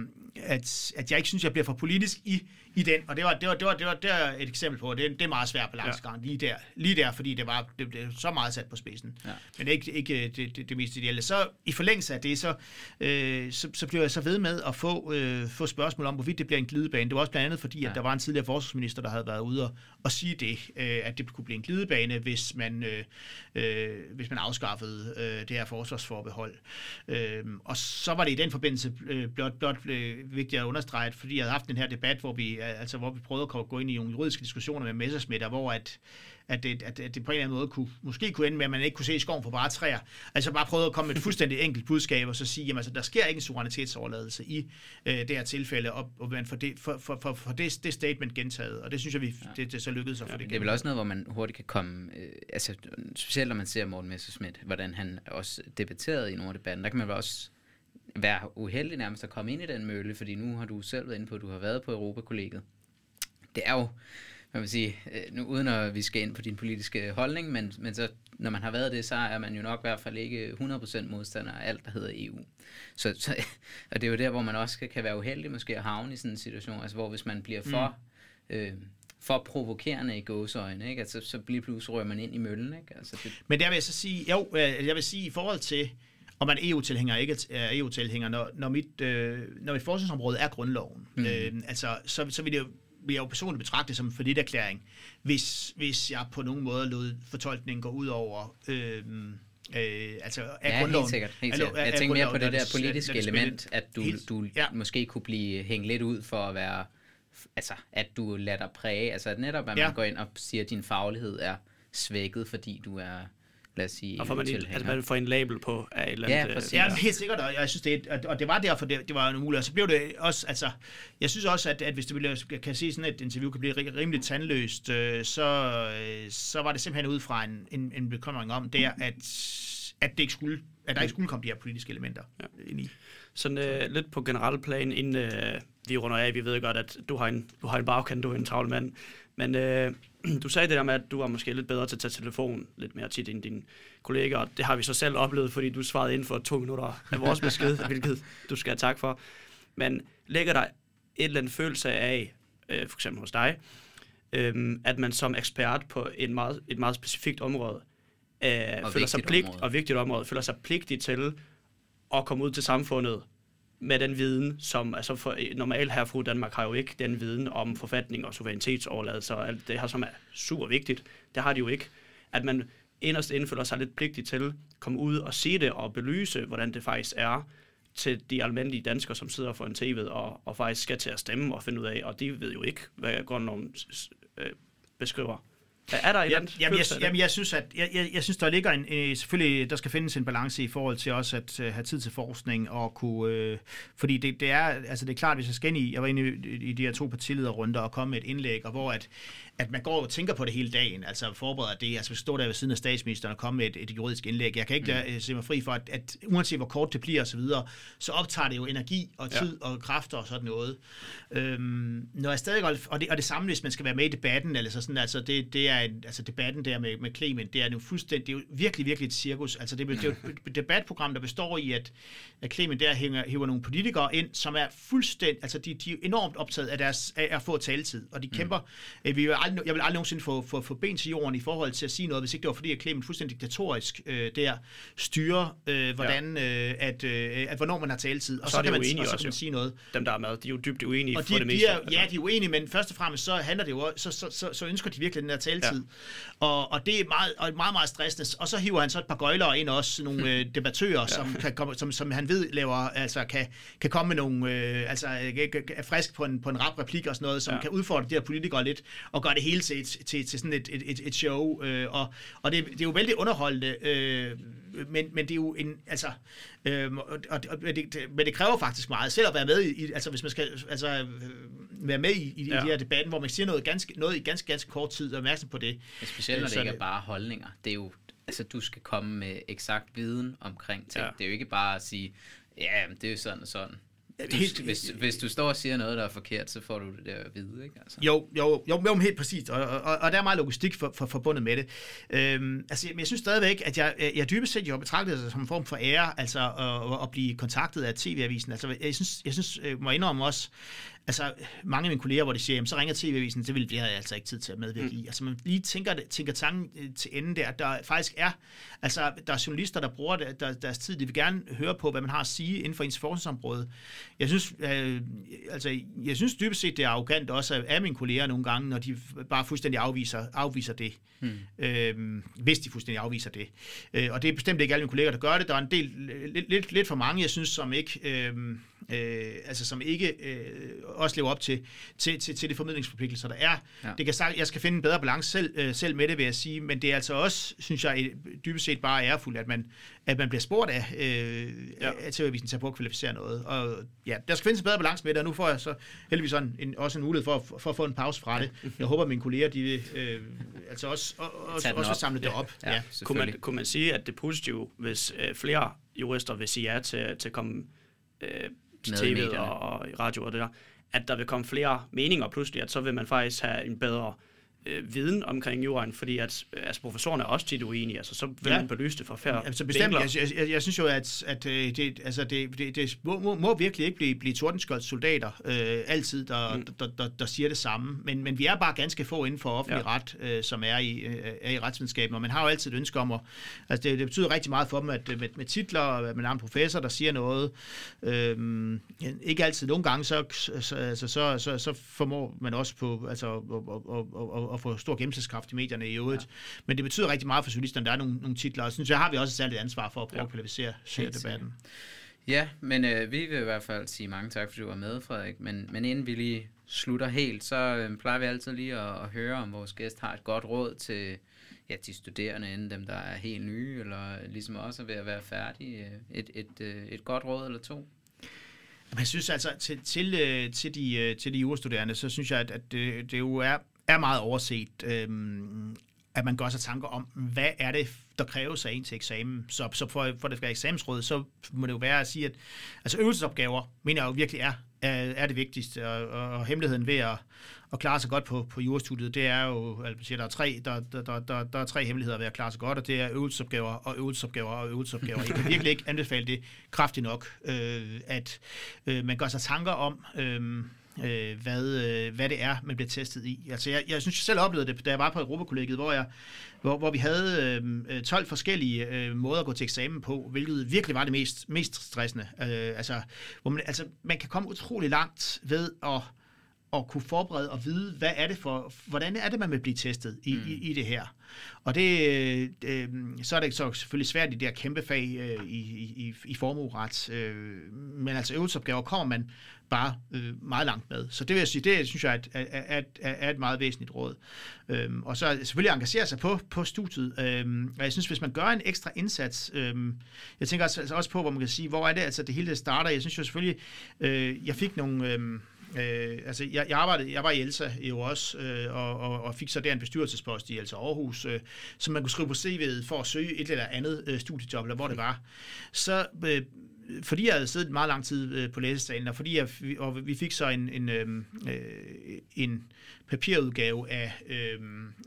at, at jeg ikke synes, jeg bliver for politisk i, i den, og det var, det var, det var, det var, det var et eksempel på, det, det er meget svært balancegang, ja. lige der, lige der, fordi det var det, det så meget sat på spidsen, ja. men det er ikke, ikke det, det, det mest ideelle. Så i forlængelse af det, så, øh, så, så bliver jeg så ved med at få, øh, få spørgsmål om, hvorvidt det bliver en glidebane. Det var også blandt andet fordi, ja. at der var en tidligere forsvarsminister, der havde været ude og, og sige det, øh, at det kunne blive en glidebane, hvis man, øh, øh, hvis man afskaffede øh, det her forsvarsforbehold. Øh, og så var det i den forbindelse øh, blot, blot øh, vigtigt at understrege, fordi jeg havde haft den her debat, hvor vi, altså, hvor vi prøvede at gå ind i nogle juridiske diskussioner med Messerschmidt, hvor at At det, at det på en eller anden måde kunne, måske kunne ende med, at man ikke kunne se skoven for bare træer. Altså bare prøve at komme med et fuldstændig enkelt budskab, og så sige, jamen altså, der sker ikke en suverænitetsoverladelse i øh, det her tilfælde, og, og man får, det, for, for, for, for det, det statement gentaget, og det synes jeg, vi, ja. det, det så lykkedes at få det. Det er vel også noget, hvor man hurtigt kan komme, øh, altså specielt når man ser Morten Messerschmidt, hvordan han også debatterede i nogle af debatten, der kan man vel også være uheldig nærmest at komme ind i den mølle, fordi nu har du selv været inde på, at du har været på Europakollegiet. Det er jo, man vil sige, nu uden at vi skal ind på din politiske holdning, men, men så, når man har været det, så er man jo nok i hvert fald ikke hundrede procent modstander af alt, der hedder E U. Så, så, og det er jo der, hvor man også kan være uheldig måske at havne i sådan en situation, altså hvor hvis man bliver for, mm. øh, for provokerende i gåseøjne, ikke? Altså, så bliver pludselig rører man ind i møllen. Ikke? Altså, det... Men der vil jeg så sige, jo, jeg vil sige i forhold til, om man er E U-tilhænger ikke er E U-tilhænger, når, når, mit, øh, når mit forskningsområde er grundloven, mm. øh, altså, så, så vil det jo vil jeg jo personligt betragte som en forliderklæring, hvis, hvis jeg på nogen måde lod fortolkningen gå ud over, øh, Øh, altså af ja, grundloven. helt sikkert. Helt sikkert. Jeg tænker mere på det der politiske element, at du, du ja. måske kunne blive hængt lidt ud for at være, altså at du lader dig præge, altså at netop at man ja. går ind og siger, at din faglighed er svækket, fordi du er, lad os sige, og får man, en, altså man får en label på af et eller andet. Ja, præcis. Ja, helt sikkert, og jeg synes det, og det var derfor, det, det var umuligt, og så blev det også, altså, jeg synes også, at, at hvis det kan se sådan et interview kan blive rimelig tandløst, øh, så, øh, så var det simpelthen ud fra en, en, en bekymring om der, at, at det ikke skulle, at der ikke skulle komme de her politiske elementer ja. ind i. Sådan øh, lidt på generelt plan, inden øh, vi runder af, vi ved godt, at du har en, du har en bagkant, du er en travl mand, men øh, du sagde det der med, at du var måske lidt bedre til at tage telefon lidt mere tit end dine kolleger, og det har vi så selv oplevet, fordi du svarede inden for to minutter af vores besked, hvilket du skal have tak for. Men lægger der et eller andet følelse af, øh, for eksempel hos dig, øh, at man som ekspert på et meget, et meget specifikt område, øh, føler sig pligt, område. og vigtigt område, føler sig pligtig til at komme ud til samfundet med den viden, som altså for, normalt her fra Danmark har jo ikke den viden om forfatning og suverænitetsoverladelse og alt det her, som er super vigtigt. Det har de jo ikke. At man inderst inden føler sig lidt pligtig til at komme ud og sige det og belyse, hvordan det faktisk er til de almindelige danskere, som sidder foran tv'et og, og faktisk skal til at stemme og finde ud af, og de ved jo ikke, hvad grundloven øh, beskriver. Er der et jamen, jamen, jeg, jamen, jeg synes, at jeg, jeg, jeg synes, der ligger en, øh, selvfølgelig, der skal findes en balance i forhold til også at øh, have tid til forskning og kunne, øh, fordi det, det er, altså det er klart, hvis jeg skal ind i, jeg var inde i, i de her to partilederrunder og komme med et indlæg, og hvor at, at man går og tænker på det hele dagen, altså forbereder det, altså stå der ved siden af statsministeren og komme med et, et juridisk indlæg. Jeg kan ikke mm. lade, se mig fri for, at, at uanset hvor kort det bliver og så videre, så optager det jo energi og tid ja. og kræfter og sådan noget. Øhm, når jeg stadig, og det, og det samme, hvis man skal være med i debatten, eller så sådan, altså det, det er en, altså debatten der med, med Clement, det er jo fuldstændig, det er jo virkelig, virkelig et cirkus. Altså det, det er jo et debatprogram, der består i, at, at Clement der hænger, hæver nogle politikere ind, som er fuldstændig, altså de, de er enormt optaget af, deres, af at få taletid, og de kæmper, mm. vi vil aldrig, jeg vil aldrig nogensinde få, få, få ben til jorden i forhold til at sige noget, hvis ikke det var fordi, at Clement fuldstændig diktatorisk øh, der styrer, øh, hvordan, ja. øh, at, øh, at hvornår man har taletid, og, og så, så kan man, og så kan man sige noget. Dem, der er med, de er jo dybt uenige og for de, det de meste. Er, ja, de er uenige, men først og fremmest så handler det jo, så, så, så, så ønsker de virkelig den der taletid. Ja. Og, og det er meget, og meget, meget stressende. Og så hiver han så et par gøjlere ind også, nogle øh, debattører, ja. som, kan komme, som, som han ved laver, altså kan, kan komme med nogle, øh, altså er frisk på en, på en rap replik og sådan noget, som ja. kan udfordre de her politikere lidt, og gøre det hele til, til, til sådan et, et, et show. Øh, og og det, det er jo vældig underholdende, øh, men, men det er jo en, altså, øh, og, og det, det, men det kræver faktisk meget, selv at være med i, altså hvis man skal, altså være med i, i, ja. i de her debatten, hvor man siger noget, ganske, noget i ganske, ganske kort tid, og opmærksom på det. Specielt når det ikke er bare holdninger. Det er jo, altså du skal komme med eksakt viden omkring ting. Ja. Det er jo ikke bare at sige, ja, det er jo sådan og sådan. Du, helt, hvis, hvis du står og siger noget, der er forkert, så får du det der at vide, ikke? Altså. Jo, jo, jo, jo, helt præcist, og, og, og der er meget logistik for, for, forbundet med det. Øhm, altså, jeg synes stadigvæk, at jeg, jeg dybest set jo har betragtet det som en form for ære, altså at, at blive kontaktet af T V-avisen. Altså, jeg synes, jeg synes, jeg må indrømme også, altså mange af mine kolleger, hvor de siger, jamen, så ringer T V-avisen, det vil jeg altså ikke tid til at medvirke mm. i. Altså man lige tænker, tænker tanken til ende der, at der faktisk er, altså der er journalister, der bruger det, der, deres tid, de vil gerne høre på, hvad man har at sige inden for ens forskningsområde. Jeg synes, øh, altså jeg synes dybest set, det er arrogant også af mine kolleger nogle gange, når de bare fuldstændig afviser, afviser det. Mm. Øh, hvis de fuldstændig afviser det. Øh, og det er bestemt ikke alle mine kolleger, der gør det. Der er en del, lidt, lidt, lidt for mange, jeg synes, som ikke, øh, øh, altså som ikke øh, også lever op til, til, til, til de formidlingsforpligtelser, der er. Ja. Det kan sagt, jeg skal finde en bedre balance selv, øh, selv med det, vil jeg sige, men det er altså også, synes jeg, dybest set bare ærefuldt, at man, at man bliver spurgt af, øh, ja. af T V-avisen til at prøve at kvalificere noget. Og ja, der skal findes en bedre balance med det, og nu får jeg så heldigvis en, en, også en mulighed for, for at få en pause fra det. Jeg håber, at mine kolleger, de vil øh, altså også, også, også samle det op. Ja, ja. Kunne, man, kunne man sige, at det er positivt, hvis øh, flere jurister vil sige ja til, til at komme øh, til T V og, og radio og det der, at der vil komme flere meninger pludselig, at så vil man faktisk have en bedre øh, viden omkring juraen, fordi at altså, professorerne er også tit uenige, altså så vil ja. man belyse det for færre. Altså bestemt, jeg, jeg, jeg synes jo, at, at det, altså, det, det, det må, må virkelig ikke blive, blive Tordenskjolds soldater øh, altid, der, mm. der, der, der siger det samme, men, men vi er bare ganske få inden for offentlig ja. ret, øh, som er i, øh, er i retsvidenskaben, og man har jo altid et ønske om at, altså det, det betyder rigtig meget for dem, at med, med titler, at man har en professor, der siger noget, øh, ikke altid, nogle gange, så, så, så, så, så, så formår man også på, altså, og, og, og, og og, og få stor gennemslagskraft i medierne i øvrigt. Ja. Men det betyder rigtig meget for journalisterne, der er nogle, nogle titler, og synes jeg, har vi også et særligt ansvar for at prøve ja. at kvalificere debatten. Ja, men øh, vi vil i hvert fald sige mange tak, fordi du var med, Frederik. Men, men inden vi lige slutter helt, så øh, plejer vi altid lige at, at høre, om vores gæst har et godt råd til ja, de studerende, inden dem, der er helt nye, eller ligesom også er ved at være færdige. Et, et, et, et godt råd eller to? Jeg synes altså, til, til, til, de, til de jurastuderende, så synes jeg, at, at det, det jo er, er meget overset, øhm, at man gør sig tanker om, hvad er det, der kræves af en til eksamen. Så, så for, for det skal være eksamensråd, så må det jo være at sige, at altså øvelsesopgaver, mener jeg jo virkelig er, er, er det vigtigste, og, og, og hemmeligheden ved at, at klare sig godt på, på jurastudiet, det er jo, altså, der er tre, der, der, der, der, der er tre hemmeligheder ved at klare sig godt, og det er øvelsesopgaver og øvelsesopgaver og øvelsesopgaver. Jeg kan virkelig ikke anbefale det kraftigt nok, øh, at øh, man gør sig tanker om, øh, Øh, hvad, øh, hvad det er, man bliver testet i. Altså, jeg, jeg synes, jeg selv oplevede det, da jeg var på Europakollegiet, hvor, jeg, hvor, hvor vi havde øh, tolv forskellige øh, måder at gå til eksamen på, hvilket virkelig var det mest, mest stressende. Øh, altså, hvor man, altså, man kan komme utrolig langt ved at at kunne forberede og vide, hvad er det for, hvordan er det, man vil blive testet i, mm. i, i det her. Og det, øh, så er det så selvfølgelig svært i det her kæmpe fag øh, i, i, i formueret, øh, men altså øvelsesopgaver kommer man bare øh, meget langt med. Så det vil jeg sige, det synes jeg er, er, er, er et meget væsentligt råd. Øhm, og så selvfølgelig engagere sig på, på studiet. Øhm, og jeg synes, hvis man gør en ekstra indsats, øhm, jeg tænker også, altså også på, hvor man kan sige, hvor er det, altså det hele det starter. Jeg synes jo selvfølgelig, øh, jeg fik nogle... Øh, Øh, altså, jeg, jeg arbejdede, jeg var i Elsa jo også, øh, og, og, og fik så der en bestyrelsespost i Elsa Aarhus, øh, som man kunne skrive på C V'et for at søge et eller andet øh, studiejob, eller hvor det var. Så, øh, fordi jeg havde siddet meget lang tid øh, på læsesalen, og fordi jeg, og vi fik så en, en, øh, en papirudgave af, øh,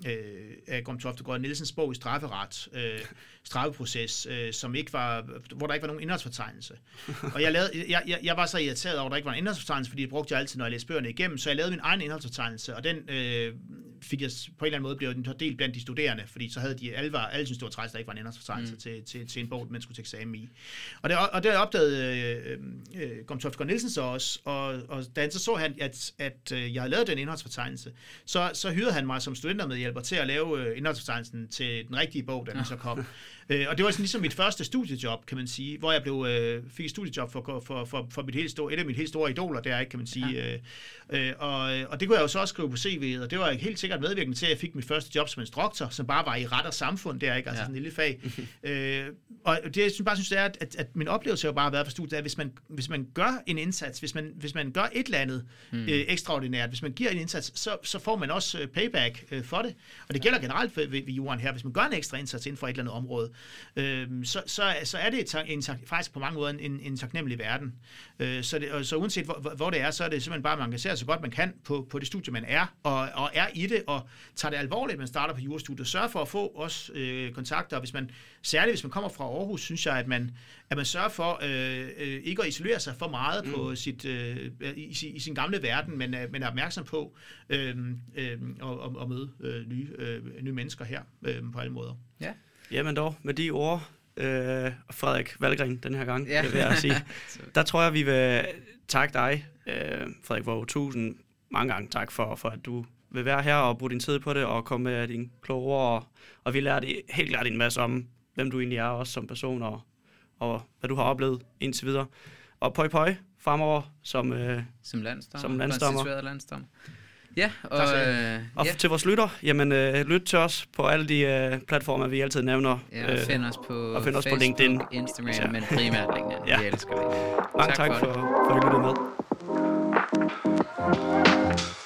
af Gorm-Toftegaard Nielsens bog i strafferet, øh, straffeproces, øh, som ikke var, hvor der ikke var nogen indholdsfortegnelse. Og jeg, lavede, jeg, jeg, jeg var så irriteret over, at der ikke var en indholdsfortegnelse, fordi det brugte jeg altid, når jeg læste bøgerne igennem, så jeg lavede min egen indholdsfortegnelse, og den øh, fik jeg på en eller anden måde blev den delt blandt de studerende, fordi så havde de alle, var, alle synes, det var træls, der ikke var en indholdsfortegnelse mm. til, til, til en bog, man skulle til eksamen i. Og det, og det opdagede øh, øh, Gorm-Toftegaard Nielsen så også, og, og da han så så han, at, at øh, jeg havde lavet den indholdsfortegnelse, så, så hyrede han mig som studentermedhjælper til at lave øh, indholdsfortegnelsen til den rigtige bog, da den så kom. Øh, og det var sådan ligesom mit første studiejob, kan man sige, hvor jeg blev, øh, fik et studiejob for, for, for, for mit helt store, et af mine helt store idoler, der ikke, kan man sige. Ja. Øh, øh, og, og det kunne jeg jo så også skrive på C V'et, og det var helt sikkert medvirkende til, at jeg fik mit første job som instruktor, som bare var i ret og samfund, der ikke, altså ja. Sådan en lille fag. øh, og det, jeg synes, bare synes, det er, at, at min oplevelse har bare været på studiet, at hvis man, hvis man gør en indsats, hvis man, hvis man gør et eller andet mm. øh, ekstraordinært, hvis man giver en indsats, så, så får man også øh, payback øh, for det. Og det gælder generelt ved, ved, ved jorden her. Hvis man gør en ekstra indsats inden for et eller andet område, øh, så, så, så er det en, en, faktisk på mange måder en, en taknemmelig verden. Øh, så, det, så uanset hvor, hvor det er, så er det simpelthen bare, at man engagerer så godt man kan på, på det studie, man er, og, og er i det, og tager det alvorligt, man starter på jurastudiet. Sørger for at få også øh, kontakter, hvis man, særligt hvis man kommer fra Aarhus, synes jeg, at man, at man sørger for øh, øh, ikke at isolere sig for meget mm. på sit, øh, i, i sin gamle verden, men, øh, men er opmærksom på øh, øh, at, at møde øh, nye, øh, nye mennesker her øh, på alle måder. Ja. Jamen dog, med de ord, øh, Frederik Valgren den her gang, ja. vil jeg sige, der tror jeg, vi vil takke dig, øh, Frederik Waage, tusind mange gange tak for, for, at du vil være her og bruge din tid på det, og komme med dine kloge ord, og, og vi lærte helt klart en masse om, hvem du egentlig er, også som person, og, og hvad du har oplevet indtil videre. Og pøj pøj fremover som, øh, som landsdommer. Som landsdommer. Konstitueret landsdommer. Ja, og, øh, og ja. til vores lytter, jamen øh, lyt til os på alle de øh, platformer, vi altid nævner. Ja, og find os på, og find os Facebook, på LinkedIn. Instagram, ja. Men primært LinkedIn. Ja. Vi elsker LinkedIn. Mange tak, tak for, for, for at I lyttede med.